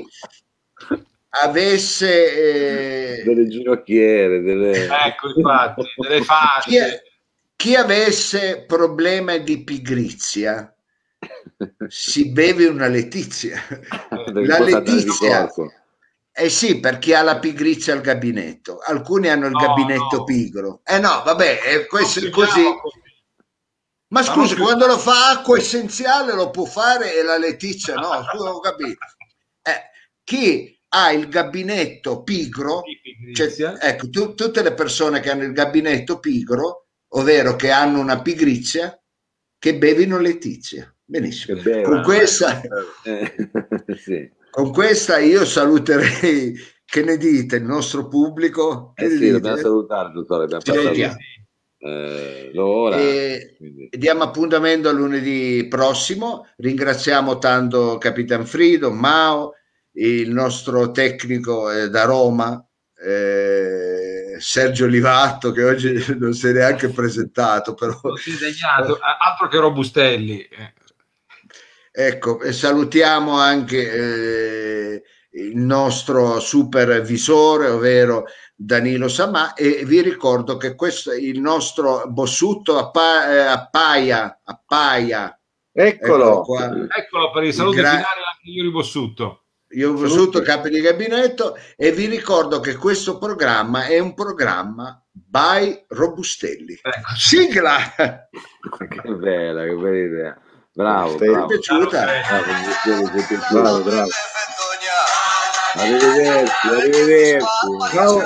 avesse... Eh, delle ginocchiere, delle... Ecco, infatti, delle facce. Chi, chi avesse problemi di pigrizia, si beve una Letizia. La Letizia... Eh sì, per chi ha la pigrizia al gabinetto. Alcuni hanno il no, gabinetto no. pigro. Eh no, vabbè, è questo, così. Ma scusi, ma quando lo fa acqua essenziale lo può fare e la Letizia no, scusa, ho capito. Eh, chi ha il gabinetto pigro, cioè, ecco, tu, tutte le persone che hanno il gabinetto pigro, ovvero che hanno una pigrizia, che bevino Letizia. Benissimo. Che Con questa... Eh, sì. Con questa io saluterei, che ne dite, il nostro pubblico? Che eh ne sì, dite? Dobbiamo salutare, dottore, abbiamo passato eh, l'ora. E diamo appuntamento a lunedì prossimo. Ringraziamo tanto Capitan Frido, Mao, il nostro tecnico eh, da Roma, eh, Sergio Livatto, che oggi non si è neanche presentato. Però... Non si è degnato, altro che Robustelli. Eh. Ecco, e salutiamo anche eh, il nostro supervisore, ovvero Danilo Samà, e vi ricordo che questo il nostro Bossutto appa- appaia, appaia. Eccolo, eccolo qua. Eccolo per i saluti gra- finali anche io Bossutto. Io Bossutto, capo di gabinetto, e vi ricordo che questo programma è un programma by Robustelli. Ecco. Sigla! Che bella, che bella idea. Bravo, Ti è piaciuta? Bravo, bravo. Arrivederci, arrivederci. Ciao.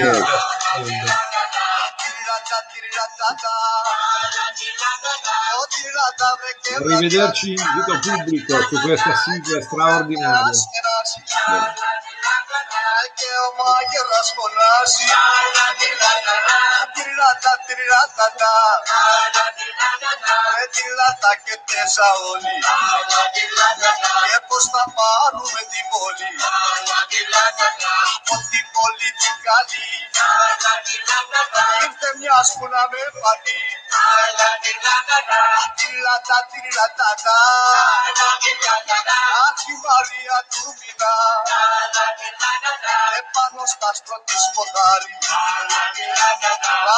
Arrivederci, invito pubblico su questa sigla straordinaria. Επάνω στα στρώτη σποτάρι